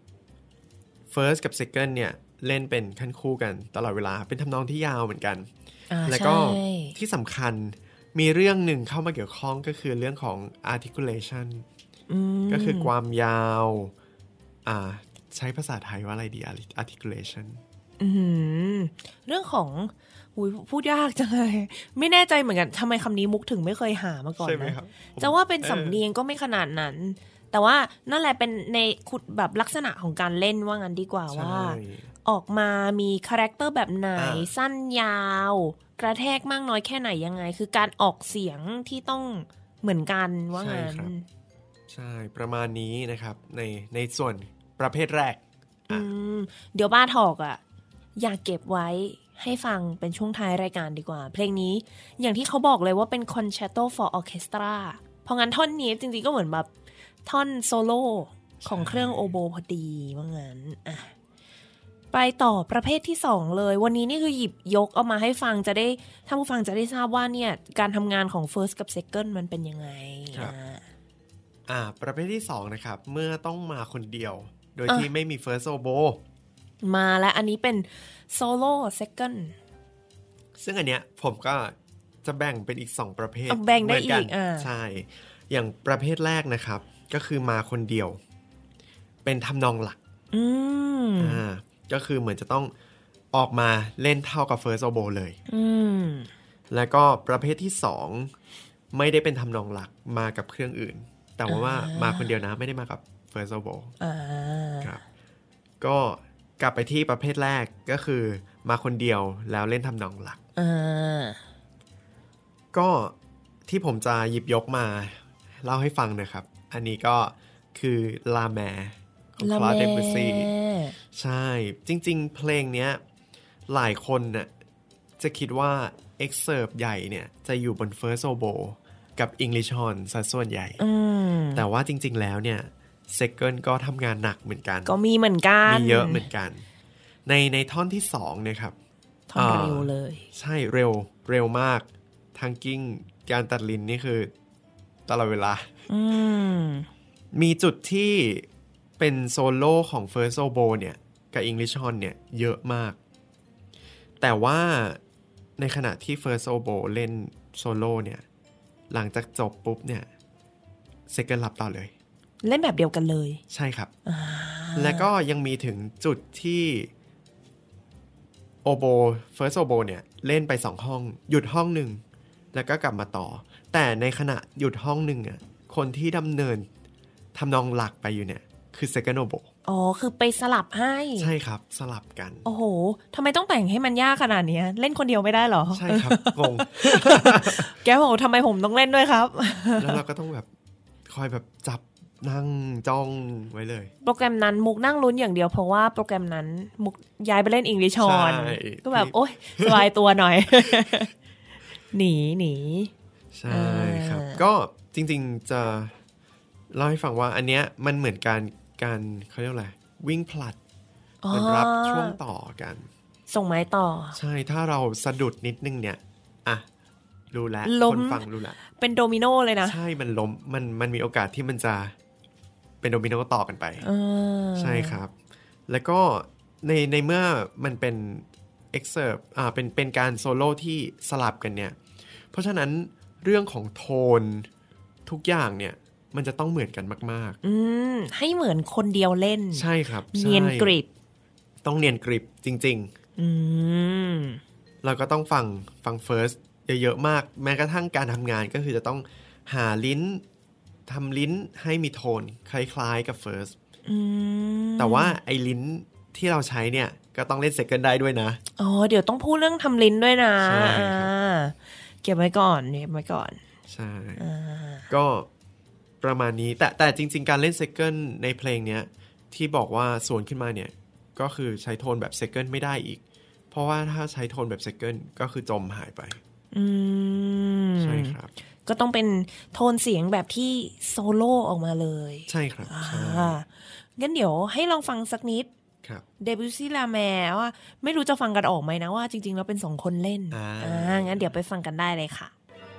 first กับ second เนี่ยเล่นเป็นขั้นคู่กันตลอดเวลาเป็นทำนองที่ยาวเหมือนกันแล้วก็ที่สำคัญมีเรื่องหนึ่งเข้ามาเกี่ยวข้องก็คือเรื่องของ articulation ก็คือความยาวใช้ภาษาไทยว่าอะไรดี articulation เรื่องของพูดยากจังเลยไม่แน่ใจเหมือนกันทำไมคำนี้มุกถึงไม่เคยหามาก่อนนะจะว่าเป็นสำเนียงก็ไม่ขนาดนั้นแต่ว่านั่นแหละเป็นในแบบลักษณะของการเล่นว่างั้นดีกว่าว่าออกมามีคาแรคเตอร์แบบไหนสั้นยาวกระแทกมากน้อยแค่ไหนยังไงคือการออกเสียงที่ต้องเหมือนกันว่างั้นใช่ประมาณนี้นะครับในส่วนประเภทแรกเดี๋ยวบ้าถอกอยากเก็บไว้ให้ฟังเป็นช่วงท้ายรายการดีกว่าเพลงนี้อย่างที่เขาบอกเลยว่าเป็น Concerto for Orchestra เพราะงั้นท่อนนี้จริงๆก็เหมือนแบบท่อนโซโล่ของเครื่องโอโบพอดีว่างั้นไปต่อประเภทที่2เลยวันนี้นี่คือหยิบยกเอามาให้ฟังจะได้ท่านผู้ฟังจะได้ทราบว่าเนี่ยการทำงานของ first กับ second มันเป็นยังไงประเภทที่2นะครับเมื่อต้องมาคนเดียวโดยที่ไม่มี first oboe มาแล้วอันนี้เป็น solo second ซึ่งอันเนี้ยผมก็จะแบ่งเป็นอีก2ประเภทแบ่งได้อีกใช่อย่างประเภทแรกนะครับก็คือมาคนเดียวเป็นทำนองหลักก็คือเหมือนจะต้องออกมาเล่นเท่ากับ first oboe เลยแล้วก็ประเภทที่2ไม่ได้เป็นทำนองหลักมากับเครื่องอื่นแต่ว่ามาคนเดียวนะไม่ได้มากับ first oboe ครับก็กลับไปที่ประเภทแรกก็คือมาคนเดียวแล้วเล่นทำนองหลักก็ที่ผมจะหยิบยกมาเล่าให้ฟังนะครับอันนี้ก็คือลาแมของคลาร์ด เดบูซีใช่จริงๆเพลงเนี้ยหลายคนน่ะจะคิดว่า excerpt ใหญ่เนี่ยจะอยู่บน first oboe กับ English horn ซะส่วนใหญ่แต่ว่าจริงๆแล้วเนี่ย second ก็ทำงานหนักเหมือนกันก็มีเหมือนกันมีเยอะเหมือนกันในท่อนที่2เนี่ยครับท่อนเร็วเลยใช่เร็วมากทางกิ้งการตัดลิ้นนี่คือตลอดเวลามีจุดที่เป็นโซโล่ของ First Oboe เนี่ยกับ English Horn เนี่ยเยอะมากแต่ว่าในขณะที่ First Oboe เล่นโซโล่เนี่ยหลังจากจบปุ๊บเนี่ย Second รับต่อเลยเล่นแบบเดียวกันเลยใช่ครับแล้วก็ยังมีถึงจุดที่Oboe First Oboe เนี่ยเล่นไป2ห้องหยุดห้องนึงแล้วก็กลับมาต่อแต่ในขณะหยุดห้องนึงคนที่ดำเนินทำนองหลักไปอยู่เนี่ยคือ second oboe อ๋อคือไปสลับให้ใช่ครับสลับกันโอ้โหทำไมต้องแต่งให้มันยากขนาดนี้เล่นคนเดียวไม่ได้หรอใช่ครับงงแกบอกทำไมผมต้องเล่นด้วยครับแล้วเราก็ต้องแบบคอยแบบจับนั่งจ้องไว้เลยโปรแกรมนั้นมุกนั่งลุ้นอย่างเดียวเพราะว่าโปรแกรมนั้นมุกย้ายไปเล่นอิงลิชชอนก็แบบโอ๊ยสบายตัวหน่อยหนีใช่ครับก็จริงๆจะเล่าให้ฟังว่าอันเนี้ยมันเหมือนการเขาเรียกอะไรวิ่งผลัดมันรับช่วงต่อกันส่งไม้ต่อใช่ถ้าเราสะดุดนิดนึงเนี่ยอ่ะรู้แล้วคนฟังรู้แล้วเป็นโดมิโนเลยนะใช่มันล้มมันมีโอกาสที่มันจะเป็นโดมิโนต่อกันไปใช่ครับแล้วก็ในเมื่อมันเป็นexcerptเป็นการโซโล่ที่สลับกันเนี่ยเพราะฉะนั้นเรื่องของโทนทุกอย่างเนี่ยมันจะต้องเหมือนกันมากๆให้เหมือนคนเดียวเล่นใช่ครับเนียนกริบต้องเนียนกริบจริงๆเราก็ต้องฟังเฟิร์สเยอะๆมากแม้กระทั่งการทำงานก็คือจะต้องหาลิ้นทำลิ้นให้มีโทนคล้ายๆกับเฟิร์สแต่ว่าไอ้ลิ้นที่เราใช้เนี่ยก็ต้องเล่นเซคันด์ได้ด้วยนะอ๋อเดี๋ยวต้องพูดเรื่องทำลิ้นด้วยนะเก็บไว้ก่อนใช่ก็ประมาณนี้แต่จริงๆการเล่นเซคันด์ในเพลงเนี้ยที่บอกว่าส่วนขึ้นมาเนี่ยก็คือใช้โทนแบบเซคันด์ไม่ได้อีกเพราะว่าถ้าใช้โทนแบบเซคันด์ก็คือจมหายไปใช่ครับก็ต้องเป็นโทนเสียงแบบที่โซโล่ออกมาเลยใช่ครับงั้นเดี๋ยวให้ลองฟังสักนิดเดบิวซี่ลาแมว่าไม่รู้จะฟังกันออกไหมนะว่าจริงๆเราเป็น2คนเล่นงั้นเดี๋ยวไปฟังกันได้เลยค่ะ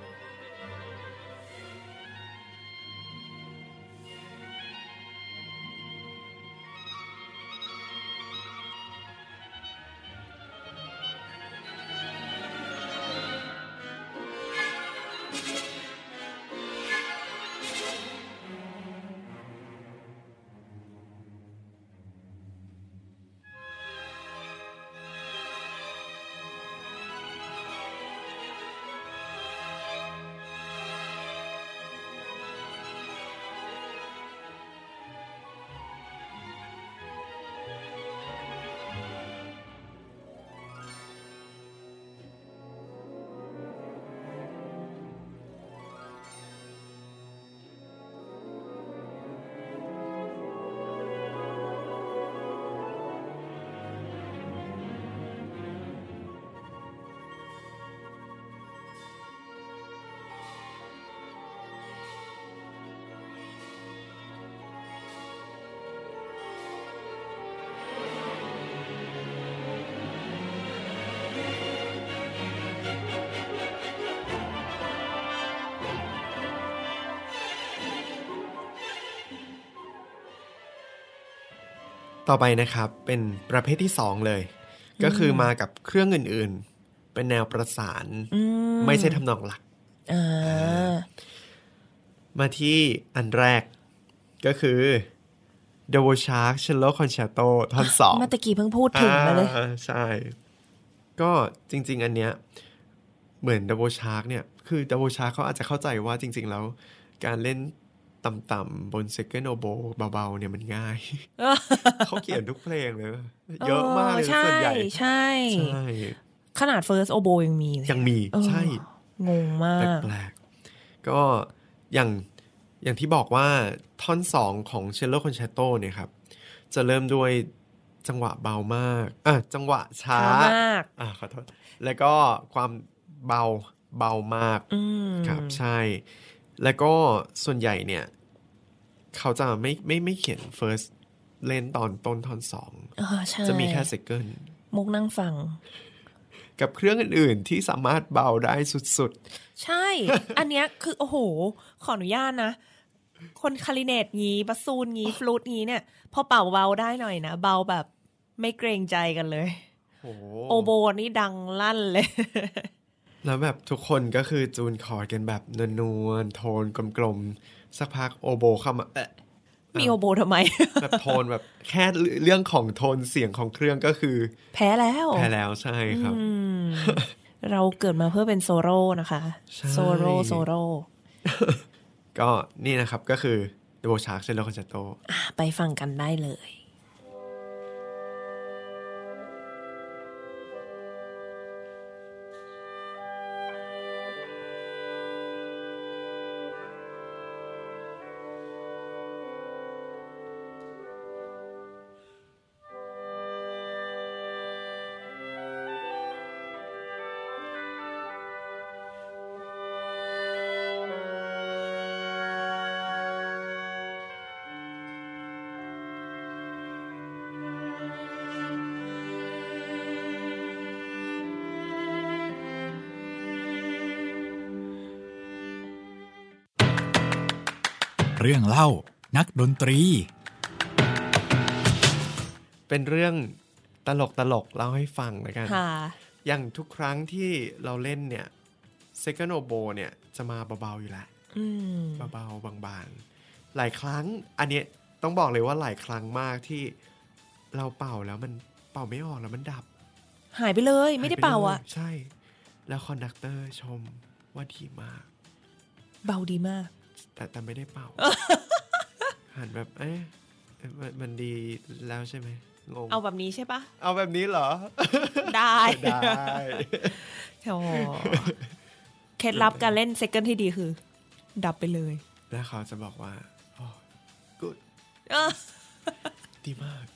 ต่อไปนะครับเป็นประเภทที่2เลยก็คือมากับเครื่องอื่นๆเป็นแนวประสานไม่ใช่ทำนองหลักมาที่อันแรกก็คือ Dvořák Cello Concerto ท่อน2 เมื่อกี้เพิ่งพูดถึงมาเลยใช่ก็จริงๆอันเนี้ยเหมือน Dvořák เนี่ยคือ Dvořák เขาอาจจะเข้าใจว่าจริงๆแล้วการเล่นต่ำๆบน second oboe เบาๆเนี่ยมันง่าย เขาเขียนทุกเพลงเลยเยอะมากเลยส่วนใหญ่ใช่ขนาด first oboe ยังมีใช่งงมากแปลกๆก็อย่างที่บอกว่าท่อน2ของ Cello Concerto เนี่ยครับจะเริ่มด้วยจังหวะเบามากจังหวะช้ามากขอโทษแล้วก็ความเบามากครับใช่แล้วก็ส่วนใหญ่เนี่ยเขาจะไม่เขียน first เล่นตอนต้นท่อน2จะมีแค่ second มุกนั่งฟังกับเครื่องอื่นๆที่สามารถเบาได้สุดๆใช่อันเนี้ยคือโอ้โหขออนุญาตนะคนคลาริเนตงี้บาซูนงี้ฟลูตงี้เนี่ยพอเป่าเบาได้หน่อยนะเบาแบบไม่เกรงใจกันเลยโอโบนี่ดังลั่นเลยแล้วแบบทุกคนก็คือจูนคอร์ดกันแบบนวลๆโทนกลมๆสักพักโอโบเข้ามามีโอโบทำไมแบบโทนแบบแค่เรื่องของโทนเสียงของเครื่องก็คือแพ้แล้วใช่ครับเราเกิดมาเพื่อเป็นโซโล่นะคะโซโล่ก็นี่นะครับก็คือ Double Shark Cello Concerto ไปฟังกันได้เลยเรื่องเล่านักดนตรีเป็นเรื่องตลกเล่าให้ฟังแล้วกันอย่างทุกครั้งที่เราเล่นเนี่ย Second Oboe เนี่ยจะมาเบาๆอยู่แล้วเบาๆบางๆหลายครั้งอันนี้ต้องบอกเลยว่าหลายครั้งมากที่เราเป่าแล้วมันเป่าไม่ออกแล้วมันดับหายไปเลยไม่ได้เป่าอ่ะใช่แล้วคอนดักเตอร์ชมว่าดีมากเบาดีมากแต่ไม่ได้เป่า หันแบบมันดีแล้วใช่ไหมงงเอาแบบนี้ใช่ปะเอาแบบนี้เหรอได้โอ้เคล็ดลับการเล่นเซคันด์ที่ดีคือดับไปเลยแล้วเขาจะบอกว่าgood ดีมาก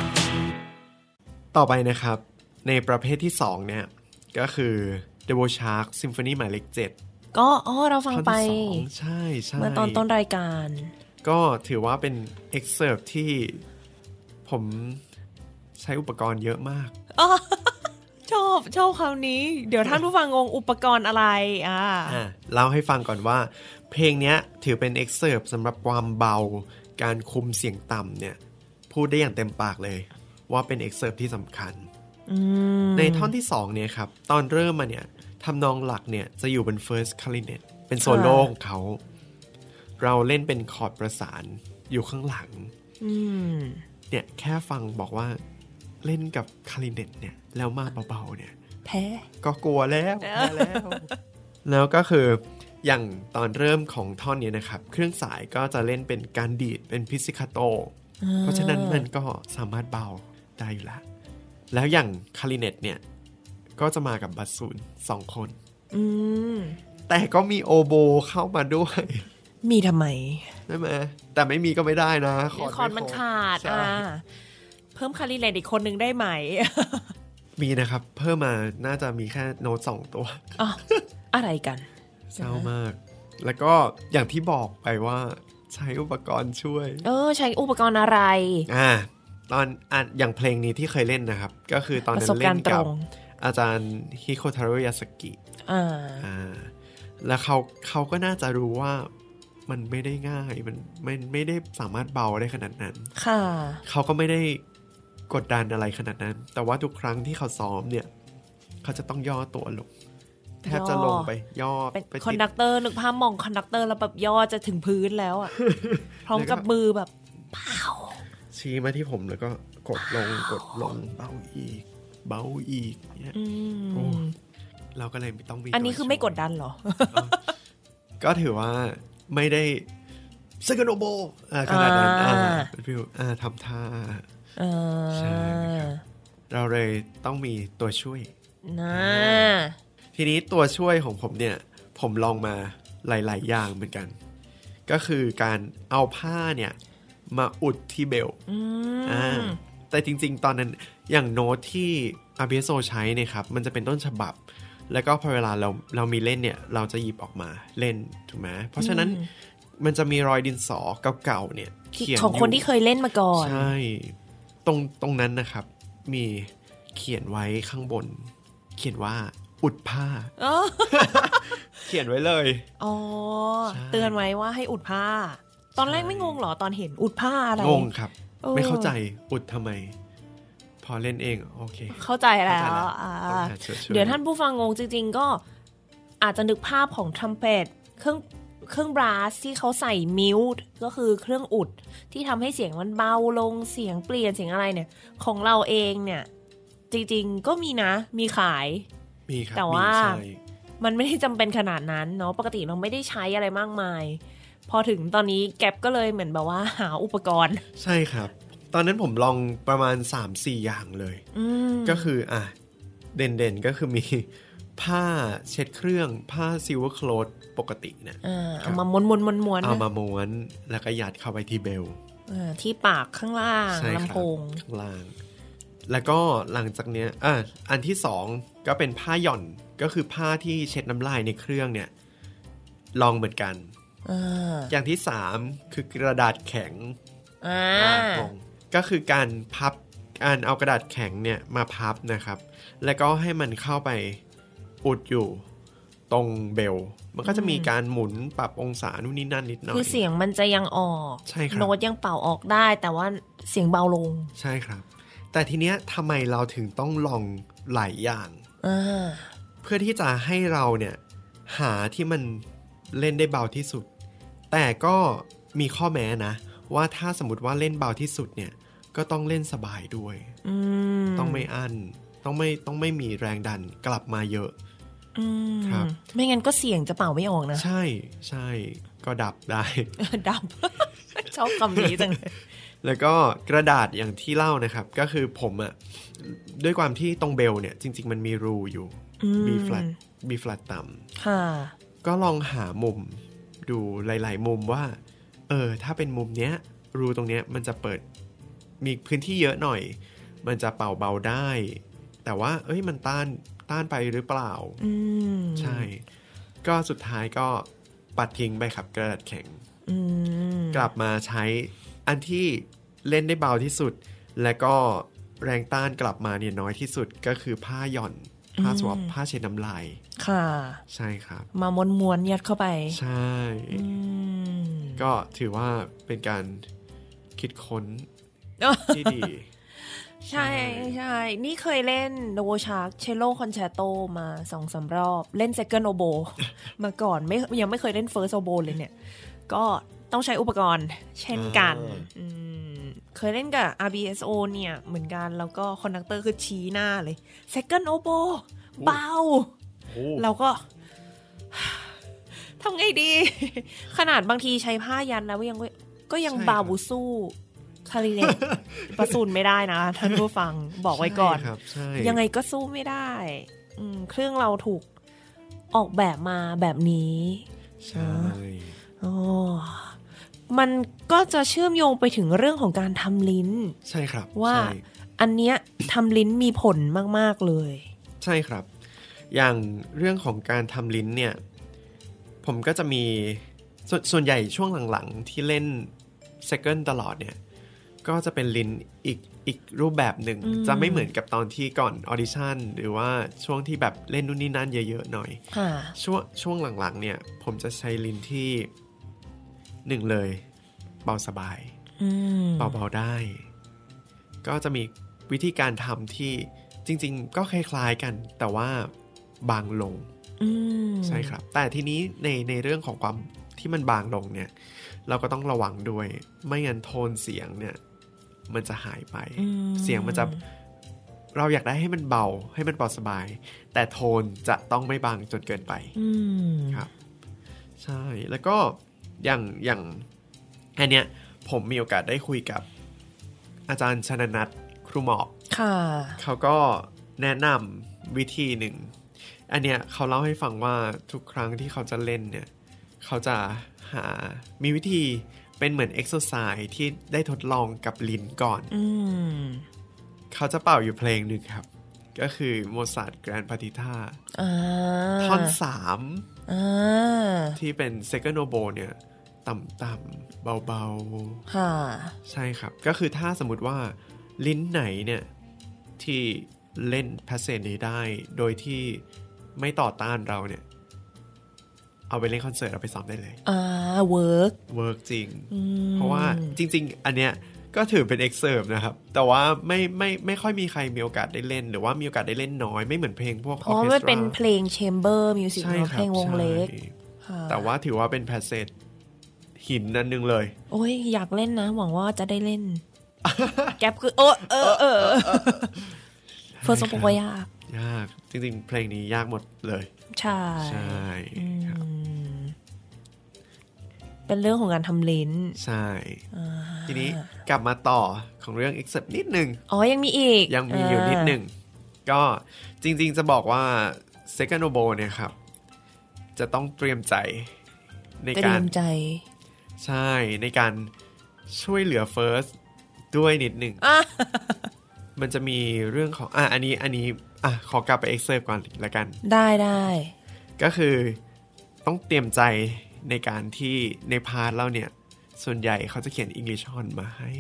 ต่อไปนะครับในประเภทที่2เนี่ยก็คือ Double Shark Symphony หมายเลข7 ก็เราฟังไปใช่เมื่อตอนต้นรายการก็ถือว่าเป็น excerpt ที่ผมใช้อุปกรณ์เยอะมากชอบคำนี้เดี๋ยวท่านผู้ฟังงงอุปกรณ์อะไรเล่าให้ฟังก่อนว่าเพลงนี้ถือเป็น excerpt สำหรับความเบาการคุมเสียงต่ำเนี่ยพูดได้อย่างเต็มปากเลยว่าเป็น excerpt ที่สำคัญในท่อนที่2เนี่ยครับตอนเริ่มมาเนี่ยทำนองหลักเนี่ยจะอยู่บน first clarinet เป็นโซโล่ของเขาเราเล่นเป็นคอร์ดประสานอยู่ข้างหลังเนี่ยแค่ฟังบอกว่าเล่นกับคลาริเนตเนี่ยแล้วมาเบาๆเนี่ยแพ้ก็กลัวแล้วแพ้แล้วก็คืออย่างตอนเริ่มของท่อนนี้นะครับเครื่องสายก็จะเล่นเป็นการดีดเป็นพิซิคาโตเพราะฉะนั้นมันก็สามารถเบาได้อยู่แล้วอย่างคลาริเนตเนี่ยก็จะมากับบาสูน2คนแต่ก็มีโอโบเข้ามาด้วยมีทำไมใช่ไหมแต่ไม่มีก็ไม่ได้นะคอร์ดมันขาดเพิ่มคลาริเนตอีกคนนึงได้ไหมมีนะครับเพิ่มมาน่าจะมีแค่โน้ต2ตัวอะไรกันเศร้ามากแล้วก็อย่างที่บอกไปว่าใช้อุปกรณ์ช่วยใช้อุปกรณ์อะไรตอนอย่างเพลงนี้ที่เคยเล่นนะครับก็คือตอนนั้นเล่นกับอาจารย์ฮิโคทาโร่ยาสกิแล้วเขาก็น่าจะรู้ว่ามันไม่ได้ง่ายมันไม่ได้สามารถเบาได้ขนาดนั้นเขาก็ไม่ได้กดดันอะไรขนาดนั้นแต่ว่าทุกครั้งที่เขาซ้อมเนี่ยเขาจะต้องย่อตัวลงแทบจะลงไปย่อไปคอนดักเตอร์นึกภาพมองคอนดักเตอร์แล้วแบบย่อจะถึงพื้นแล้วอ่ะพร้อมกับมือแบบเป่าชี้มาที่ผมแล้วก็กดลงเบาอีกเนี่ยเราก็เลยต้องอันนี้คือไม่กดดันหรอก็ถือว่าไม่ได้เซคันด์โอโบขนาดนั้นเป็นฟิวทำท่าใช่ครับเราเลยต้องมีตัวช่วยทีนี้ตัวช่วยของผมเนี่ยผมลองมาหลายๆอย่างเหมือนกันก็คือการเอาผ้าเนี่ยมาอุดที่เบลแต่จริงๆตอนนั้นอย่างโน้ตที่อาร์เบโซใช้เนี่ยครับมันจะเป็นต้นฉบับแล้วก็พอเวลาเรามีเล่นเนี่ยเราจะหยิบออกมาเล่นถูกไหมเพราะฉะนั้นมันจะมีรอยดินสอเก่าๆเนี่ยเขียนของคนที่เคยเล่นมาก่อนใช่ตรงนั้นนะครับมีเขียนไว้ข้างบนเขียนว่าอุดผ้าเขียนไว้เลยเตือนไว้ว่าให้อุดผ้าตอนแรกไม่งงหรอตอนเห็นอุดผ้าอะไรงงครับไม่เข้าใจอุดทำไมพอเล่นเองโอเคเข้าใจแล้วเดี๋ยวท่านผู้ฟังงงจริงๆก็อาจจะนึกภาพของทรัมเป็ตเครื่องบราสที่เขาใส่มิวต์ก็คือเครื่องอุดที่ทำให้เสียงมันเบาลงเสียงเปลี่ยนเสียงอะไรเนี่ยของเราเองเนี่ยจริงๆก็มีนะมีขายมีครับแต่ว่ามันไม่ได้จำเป็นขนาดนั้นเนาะปกติเราไม่ได้ใช้อะไรมากมายพอถึงตอนนี้แก๊ปก็เลยเหมือนแบบว่าหาอุปกรณ์ใช่ครับตอนนั้นผมลองประมาณ 3-4 อย่างเลยก็คือเด่นๆก็คือมีผ้าเช็ดเครื่องผ้าซิลเวอร์โคลธปกติเนี่ยเอามาม้วนเอามาม้วนแล้วก็ยัดเข้าไปที่เบลที่ปากข้างล่างลำโพงข้างล่างแล้วก็หลังจากเนี้ยอันที่สองก็เป็นผ้าหย่อนก็คือผ้าที่เช็ดน้ำลายในเครื่องเนี่ยลองเหมือนกันอย่างที่สามคือกระดาษแข็งก็คือการเอากระดาษแข็งเนี่ยมาพับนะครับแล้วก็ให้มันเข้าไปอุดอยู่ตรงเบลมันก็จะมีการหมุนปรับองศานู่นนี่นั่นนิดหน่อยคือเสียงมันจะยังออกใช่ครับโน้ตยังเป่าออกได้แต่ว่าเสียงเบาลงใช่ครับแต่ทีเนี้ยทำไมเราถึงต้องลองหลายอย่างเพื่อที่จะให้เราเนี่ยหาที่มันเล่นได้เบาที่สุดแต่ก็มีข้อแม้นะว่าถ้าสมมติว่าเล่นเบาที่สุดเนี่ยก็ต้องเล่นสบายด้วยต้องไม่อั้นต้องไม่มีแรงดันกลับมาเยอะครับไม่งั้นก็เสียงจะเป่าไม่ออกนะใช่ใช่ก็ดับได้ดับ ชอบคำนี้จังเลยแล้วก็กระดาษอย่างที่เล่านะครับก็คือผมด้วยความที่ตรงเบลเนี่ยจริงๆมันมีรูอยู่ B flat ต่ำก็ลองหามุมดูหลายๆมุมว่าถ้าเป็นมุมเนี้ยรูตรงเนี้ยมันจะเปิดมีพื้นที่เยอะหน่อยมันจะเป่าเบาได้แต่ว่ามันต้านไปหรือเปล่าใช่ก็สุดท้ายก็ปัดทิ้งไปครับกระดาษแข็งกลับมาใช้อันที่เล่นได้เบาที่สุดและก็แรงต้านกลับมาเนี่ยน้อยที่สุดก็คือผ้าหย่อนผ้าสวอปผ้าเช็ดน้ำลายค่ะใช่ครับมาม้วนๆยัดเข้าไปใช่ก็ถือว่าเป็นการคิดค้นที่ดีใช่ใช่นี่เคยเล่นโนโวชาร์กเชลโลคอนแชร์โตมา 2-3 รอบเล่นเซคันด์โอโบมาก่อนยังไม่เคยเล่นเฟิร์สโอโบเลยเนี่ยก็ต้องใช้อุปกรณ์เช่นกันเคยเล่นกับ RBSO เนี่ยเหมือนกันแล้วก็คอนดักเตอร์คือชี้หน้าเลย Second Oboe เบาเราก็ทำไงดีขนาดบางทีใช้ผ้ายันแล้วก็ยังเบาสู้คาริเนตประสูนไม่ได้นะท่านผู้ฟังบอกไว้ก่อนยังไงก็สู้ไม่ได้เครื่องเราถูกออกแบบมาแบบนี้ใช่มันก็จะเชื่อมโยงไปถึงเรื่องของการทำลิ้นใช่ครับว่าอันเนี้ยทำลิ้นมีผลมากๆเลยใช่ครับอย่างเรื่องของการทำลิ้นเนี่ยผมก็จะมีส่วนใหญ่ช่วงหลังๆที่เล่น Second ตลอดเนี่ยก็จะเป็นลิ้นอีกรูปแบบหนึ่งจะไม่เหมือนกับตอนที่ก่อนออดิชั่นหรือว่าช่วงที่แบบเล่นนู่นนี่นั่นเยอะๆหน่อยช่วงหลังๆเนี่ยผมจะใช้ลิ้นที่หนึ่งเลยเบาสบายเบาๆได้ก็จะมีวิธีการทำที่จริงๆก็คล้ายๆกันแต่ว่าบางลงใช่ครับแต่ทีนี้ในเรื่องของความที่มันบางลงเนี่ยเราก็ต้องระวังด้วยไม่งั้นโทนเสียงเนี่ยมันจะหายไปเสียงมันจะเราอยากได้ให้มันเบาให้มันเบาสบายแต่โทนจะต้องไม่บางจนเกินไปครับใช่แล้วก็อย่างอันเนี้ยผมมีโอกาสได้คุยกับอาจารย์ชนนัทครูหมอกเขาก็แนะนำวิธีหนึ่งอันเนี้ยเขาเล่าให้ฟังว่าทุกครั้งที่เขาจะเล่นเนี่ยเขาจะมีวิธีเป็นเหมือนเอ็กซ์ไซส์ที่ได้ทดลองกับลิ้นก่อนเขาจะเป่าอยู่เพลงหนึ่งครับก็คือโมซาร์ทแกรนด์พาร์ติท่าท่อน3ที่เป็นเซคันด์โอโบเนี่ยต่ำๆเบาๆใช่ครับก็คือถ้าสมมติว่าลิ้นไหนเนี่ยที่เล่นแพสเซจนี้ได้โดยที่ไม่ต่อต้านเราเนี่ยเอาไปเล่นคอนเสิร์ตเอาไปซ้อมได้เลยเวิร์กจริงเพราะว่าจริงๆอันเนี้ยก็ถือเป็นเอ็กเซิร์ฟนะครับแต่ว่าไม่ค่อยมีใครมีโอกาสได้เล่นหรือว่ามีโอกาสได้เล่นน้อยไม่เหมือนเพลงพวกออเคสตราเพราะมันเป็นเพลงแชมเบอร์มิวสิกเพลงวงเล็กแต่ว่าถือว่าเป็นแพสเซจหินนั่นนึงเลยโอ้ยอยากเล่นนะหวังว่าจะได้เล่นแก๊ปคือเฟิร์สโอโบก็ยากจริงๆเพลงนี้ยากหมดเลยใช่ครับเป็นเรื่องของการทำลิ้นใช่ทีนี้กลับมาต่อของเรื่อง excerpt นิดนึงยังมีอีกยังมีอยู่นิดนึงก็จริงๆจะบอกว่า second oboe เนี่ยครับจะต้องเตรียมใจในการใช่ในการช่วยเหลือ first ด้วยนิดนึงมันจะมีเรื่องของอันนี้ขอกลับไป excerpt ก่อนละกันได้ก็คือต้องเตรียมใจในการที่ในพาร์ทเราเนี่ยส่วนใหญ่เขาจะเขียน English on มาให้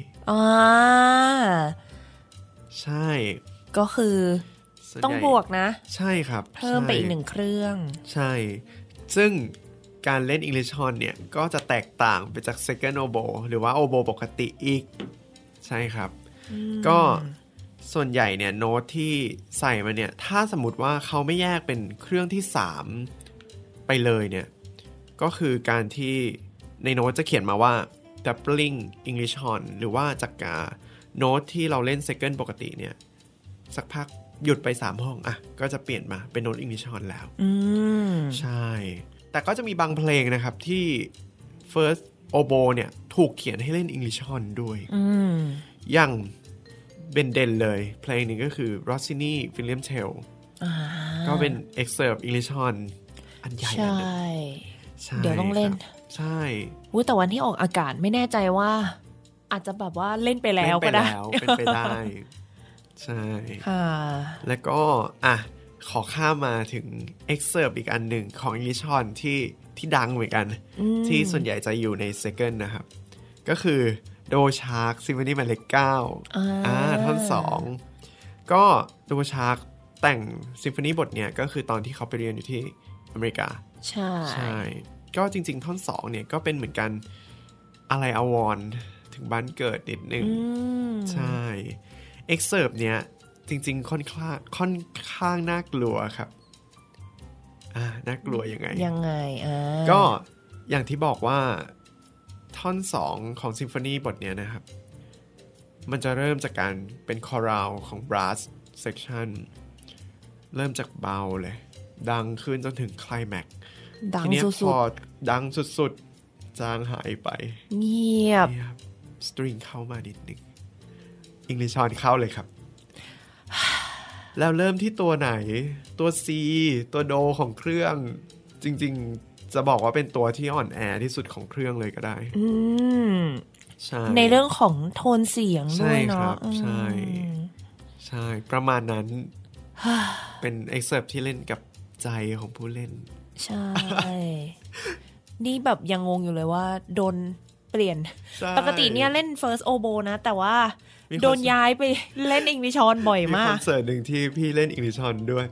ใช่ก็คือต้องบวกนะใช่ครับเพิ่มไปอีก1เครื่องใช่ซึ่งการเล่น English on เนี่ยก็จะแตกต่างไปจาก second oboe หรือว่า oboe ปกติอีกใช่ครับก็ส่วนใหญ่เนี่ยโน้ตที่ใส่มาเนี่ยถ้าสมมติว่าเขาไม่แยกเป็นเครื่องที่3ไปเลยเนี่ยก็คือการที่ในโน้ตจะเขียนมาว่า doubling English horn หรือว่าจากโน้ตที่เราเล่น second ปกติเนี่ยสักพักหยุดไป3ห้องก็จะเปลี่ยนมาเป็นโน้ต English horn แล้วใช่แต่ก็จะมีบางเพลงนะครับที่ first oboe เนี่ยถูกเขียนให้เล่น English horn ด้วยอย่างเด่นเลยเพลงนี้ก็คือ Rossini William Tell ก็เป็น excerpt English horn อันใหญ่อันนึงเดี๋ยวต้องเล่นใช่แต่วันที่ออกอากาศไม่แน่ใจว่าอาจจะแบบว่าเล่นไปแล้วก็ได้เป็นไปได้ใช่แล้วก็ขอข้ามมาถึง excerpt อีกอันหนึ่งของ English horn ที่ดังเหมือนกันที่ส่วนใหญ่จะอยู่ใน second นะครับก็คือโดชาร์กซิมโฟนีหมายเลข9ท่อน2ก็โดชาร์กแต่งซิมโฟนีบทเนี้ยก็คือตอนที่เขาไปเรียนอยู่ที่อเมริกาใช่ก็จริงๆท่อน2เนี่ยก็เป็นเหมือนกันอะไรอาวรณ์ถึงบ้านเกิดนิดนึงใช่ excerpt เนี้ยจริงๆค่อนข้างน่ากลัวครับน่ากลัวยังไงก็อย่างที่บอกว่าท่อน2ของซิมโฟนีบทเนี้ยนะครับมันจะเริ่มจากการเป็นคอรัลของ brass section เริ่มจากเบาเลยดังขึ้นจนถึงไคลแม็กซ์ทีนี้พอดังสุดๆจางหายไปเงียบสตริงเข้ามานิดนึง English horn เข้าเลยครับแล้วเริ่มที่ตัวไหนตัว C ตัวโดของเครื่องจริงๆจะบอกว่าเป็นตัวที่อ่อนแอที่สุดของเครื่องเลยก็ได้ใช่ในเรื่องของโทนเสียงด้วยเนาะใช่ประมาณนั้นเป็น excerpt ที่เล่นกับใจของผู้เล่นใช่นี่แบบยังงงอยู่เลยว่าโดนเปลี่ยนปกติเนี่ยเล่น first oboe นะแต่ว่าโดนย้ายไปเล่น English horn บ่อยมากมีคอนเสิร์ตหนึ่งที่พี่เล่น English horn ด้วย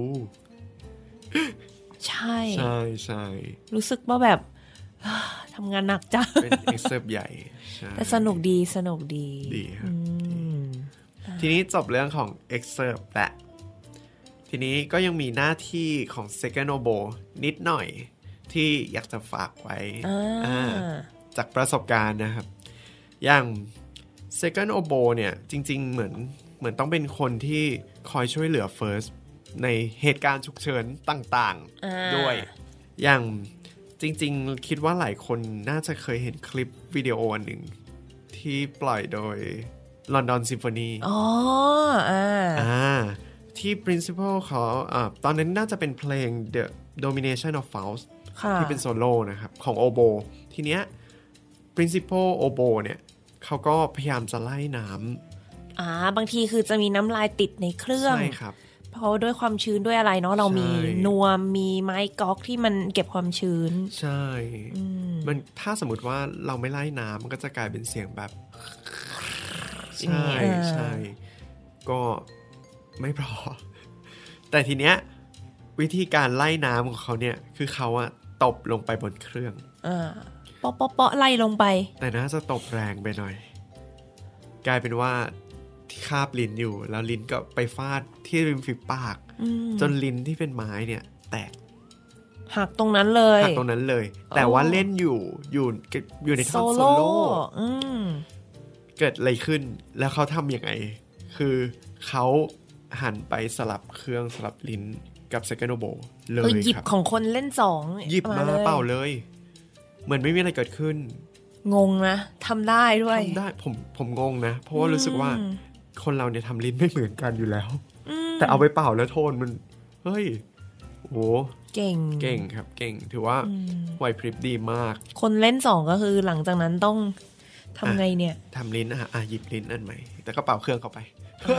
ใช่ใช่รู้สึกว่าแบบทำงานหนักจังเป็น excerpt ใหญ่แต่สนุกดีดีครับทีนี้จบเรื่องของ excerpt แหละทีนี้ก็ยังมีหน้าที่ของ second oboe นิดหน่อยที่อยากจะฝากไว้จากประสบการณ์นะครับอย่าง second oboe เนี่ยจริงๆเหมือนต้องเป็นคนที่คอยช่วยเหลือ first ในเหตุการณ์ฉุกเฉินต่างๆด้วยอย่างจริงๆคิดว่าหลายคนน่าจะเคยเห็นคลิปวิดีโออันหนึ่งที่ปล่อยโดย London Symphony ที่ principal เขาตอนนั้นน่าจะเป็นเพลง The Domination of Faust ที่เป็นโซโล่นะครับของโอโบทีเนี้ย principal oboe เนี่ยเขาก็พยายามจะไล่น้ำบางทีคือจะมีน้ำลายติดในเครื่องใช่ครับเพราะด้วยความชื้นด้วยอะไรเนาะเรามีนวมมีไม้ก๊อกที่มันเก็บความชื้นใช่มันถ้าสมมติว่าเราไม่ไล่น้ำมันก็จะกลายเป็นเสียงแบบใช่ก็ไม่พอแต่ทีเนี้ยวิธีการไล่น้ำของเขาเนี่ยคือเขาตบลงไปบนเครื่องเปาะไล่ลงไปแต่น่าจะตบแรงไปหน่อยกลายเป็นว่าที่คาบลิ้นอยู่แล้วลิ้นก็ไปฟาดที่ริมฝีปากจนลิ้นที่เป็นไม้เนี่ยแตกหักตรงนั้นเลยแต่ว่าเล่นอยู่ในท่อนโซโล่เกิดอะไรขึ้นแล้วเขาทำยังไงคือเขาหันไปสลับเครื่องสลับลิ้นกับ second oboe เลยหยิบของคนเล่น2 หยิบมาเป่าเลยเหมือนไม่มีอะไรเกิดขึ้นงงนะทำได้ด้วยทำได้ผมงงนะเพราะว่ารู้สึกว่าคนเราเนี่ยทำลิ้นไม่เหมือนกันอยู่แล้วแต่เอาไปเป่าแล้วโทนมันเฮ้ยโหเก่งครับเก่งถือว่าไหวพริบดีมากคนเล่น2ก็คือหลังจากนั้นต้องทำไงเนี่ยทำลิ้นหยิบลิ้นอันใหม่แต่ก็เป่าเครื่องเข้าไป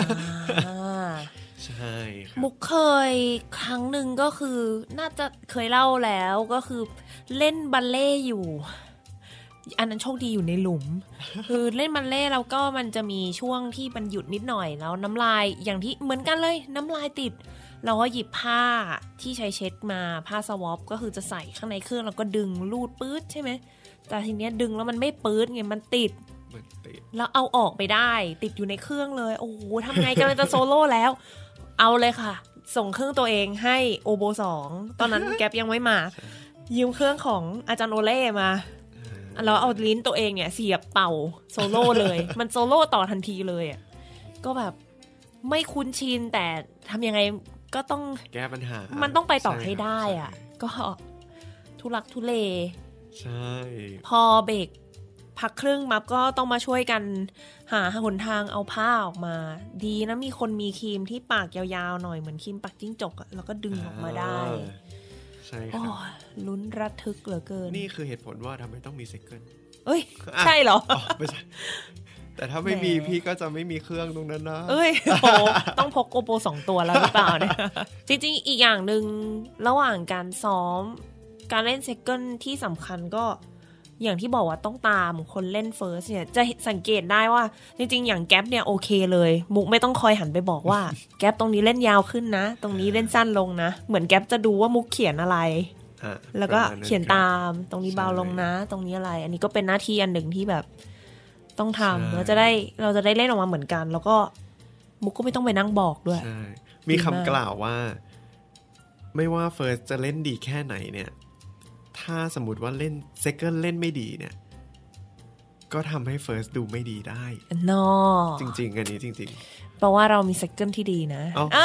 ใช่ครับมุกเคยครั้งหนึ่งก็คือน่าจะเคยเล่าแล้วก็คือเล่นบัลเล่อยู่อันนั้นโชคดีอยู่ในหลุมคือเล่นบัลเล่แล้วก็มันจะมีช่วงที่มันหยุดนิดหน่อยแล้วน้ำลายอย่างที่เหมือนกันเลยน้ำลายติดเราก็หยิบผ้าที่ใช้เช็ดมาผ้าสวอปก็คือจะใส่ข้างในเครื่องแล้วก็ดึงลูดปื๊ดใช่ไหมแต่ทีเนี้ยดึงแล้วมันไม่ปื๊ดไงมันติดแล้วเอาออกไปได้ติดอยู่ในเครื่องเลยโอ้โหทำไงกำลังจะโซโล่แล้วเอาเลยค่ะส่งเครื่องตัวเองให้โอโบ2ตอนนั้นแก๊ปยังไม่มายืมเครื่องของอาจารย์โอเล่มาแล้วเอาลิ้นตัวเองเนี่ยเสียบเป่าโซโล่เลยมันโซโล่ต่อทันทีเลยอ่ะก็แบบไม่คุ้นชินแต่ทำยังไงก็ต้องแก้ปัญหามันต้องไปต่อให้ได้อ่ะก็ทุลักทุเลใช่พอเบรกพักครึ่งมับก็ต้องมาช่วยกันหาหนทางเอาผ้าออกมาดีนะมีคนมีครีมที่ปากยาวๆหน่อยเหมือนครีมปากจิ้งจกอ่ะแล้วก็ดึงออกมาได้ใช่ครับลุ้นระทึกเหลือเกินนี่คือเหตุผลว่าทำไมต้องมีไซเคิลเอ้ยใช่เหรอไม่ใช่แต่ถ้าไม่มีพี่ก็จะไม่มีเครื่องตรงนั้นนะเอ้ยโหต้องพกโกโปร2ตัวแล้วหรือเปล่าเนี่ยจริงๆอีกอย่างนึงระหว่างการซ้อมการเล่นไซเคิลที่สำคัญก็อย่างที่บอกว่าต้องตามคนเล่นเฟิร์สเนี่ยจะสังเกตได้ว่าจริงๆอย่างแก๊ปเนี่ยโอเคเลยมุกไม่ต้องคอยหันไปบอกว่าแก๊ปตรงนี้เล่นยาวขึ้นนะตรงนี้เล่นสั้นลงนะเหมือนแก๊ปจะดูว่ามุกเขียนอะไรแล้วก็เขียนตามตรงนี้เบาลงนะตรงนี้อะไรอันนี้ก็เป็นหน้าที่อันหนึ่งที่แบบต้องทำเราจะได้เล่นออกมาเหมือนกันแล้วก็มุกก็ไม่ต้องไปนั่งบอกด้วยมีคำกล่าวว่าไม่ว่าเฟิร์สจะเล่นดีแค่ไหนเนี่ยถ้าสมมติว่าเล่นเซคันด์เล่นไม่ดีเนี่ยก็ทำให้เฟิร์สดูไม่ดีได้จริงๆอันนี้จริงๆเพราะว่าเรามีเซคันด์ที่ดีนะ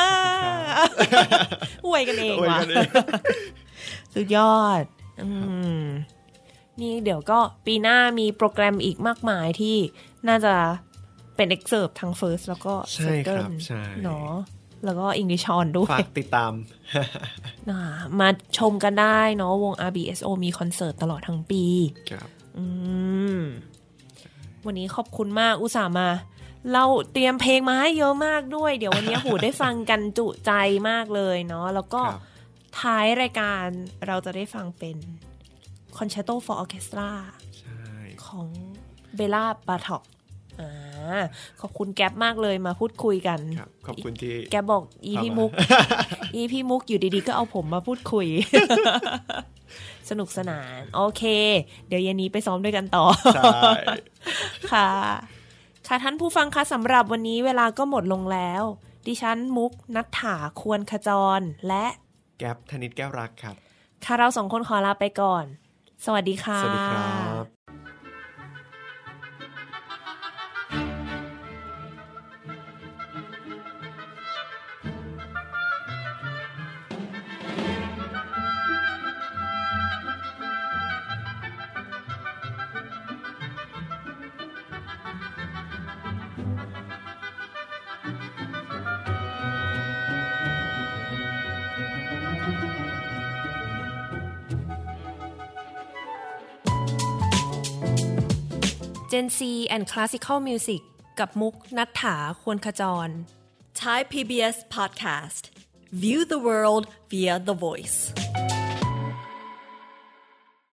อวยกันเองว่ะสุดยอดนี่เดี๋ยวก็ปีหน้ามีโปรแกรมอีกมากมายที่น่าจะเป็นเอ็กเซิร์ฟทั้ง First แล้วก็ Second เนาะแล้วก็ English on ด้วยฝากติดตามมาชมกันได้เนาะวง RBSO มีคอนเสิร์ตตลอดทั้งปีครับวันนี้ขอบคุณมากอุตส่าห์มาเราเตรียมเพลงมาให้เยอะมากด้วยเดี๋ยววันนี้ได้ฟังกันจุใจมากเลยเนาะแล้วก็ท้ายรายการเราจะได้ฟังเป็นConcerto for Orchestra ของเบลล่าบาท็อกขอบคุณแก๊ปมากเลยมาพูดคุยกันขอบคุณที่แก๊ปบอกพี่มุกพี่มุกอยู่ดีๆก็เอาผมมาพูดคุยสนุกสนานโอเคเดี๋ยวเย็นนี้ไปซ้อมด้วยกันต่อใช่ค่ะท่านผู้ฟังคะสำหรับวันนี้เวลาก็หมดลงแล้วดิฉันมุกณัฐฐาควรขจรและแก๊ปธนิตแก้วรักครับค่ะเรา2คนขอลาไปก่อนสวัสดีค่ะสวัสดีครับ Gen Z and Classical Music กับมุกณัฐฐาควรขจร Thai PBS Podcast View the world via the voice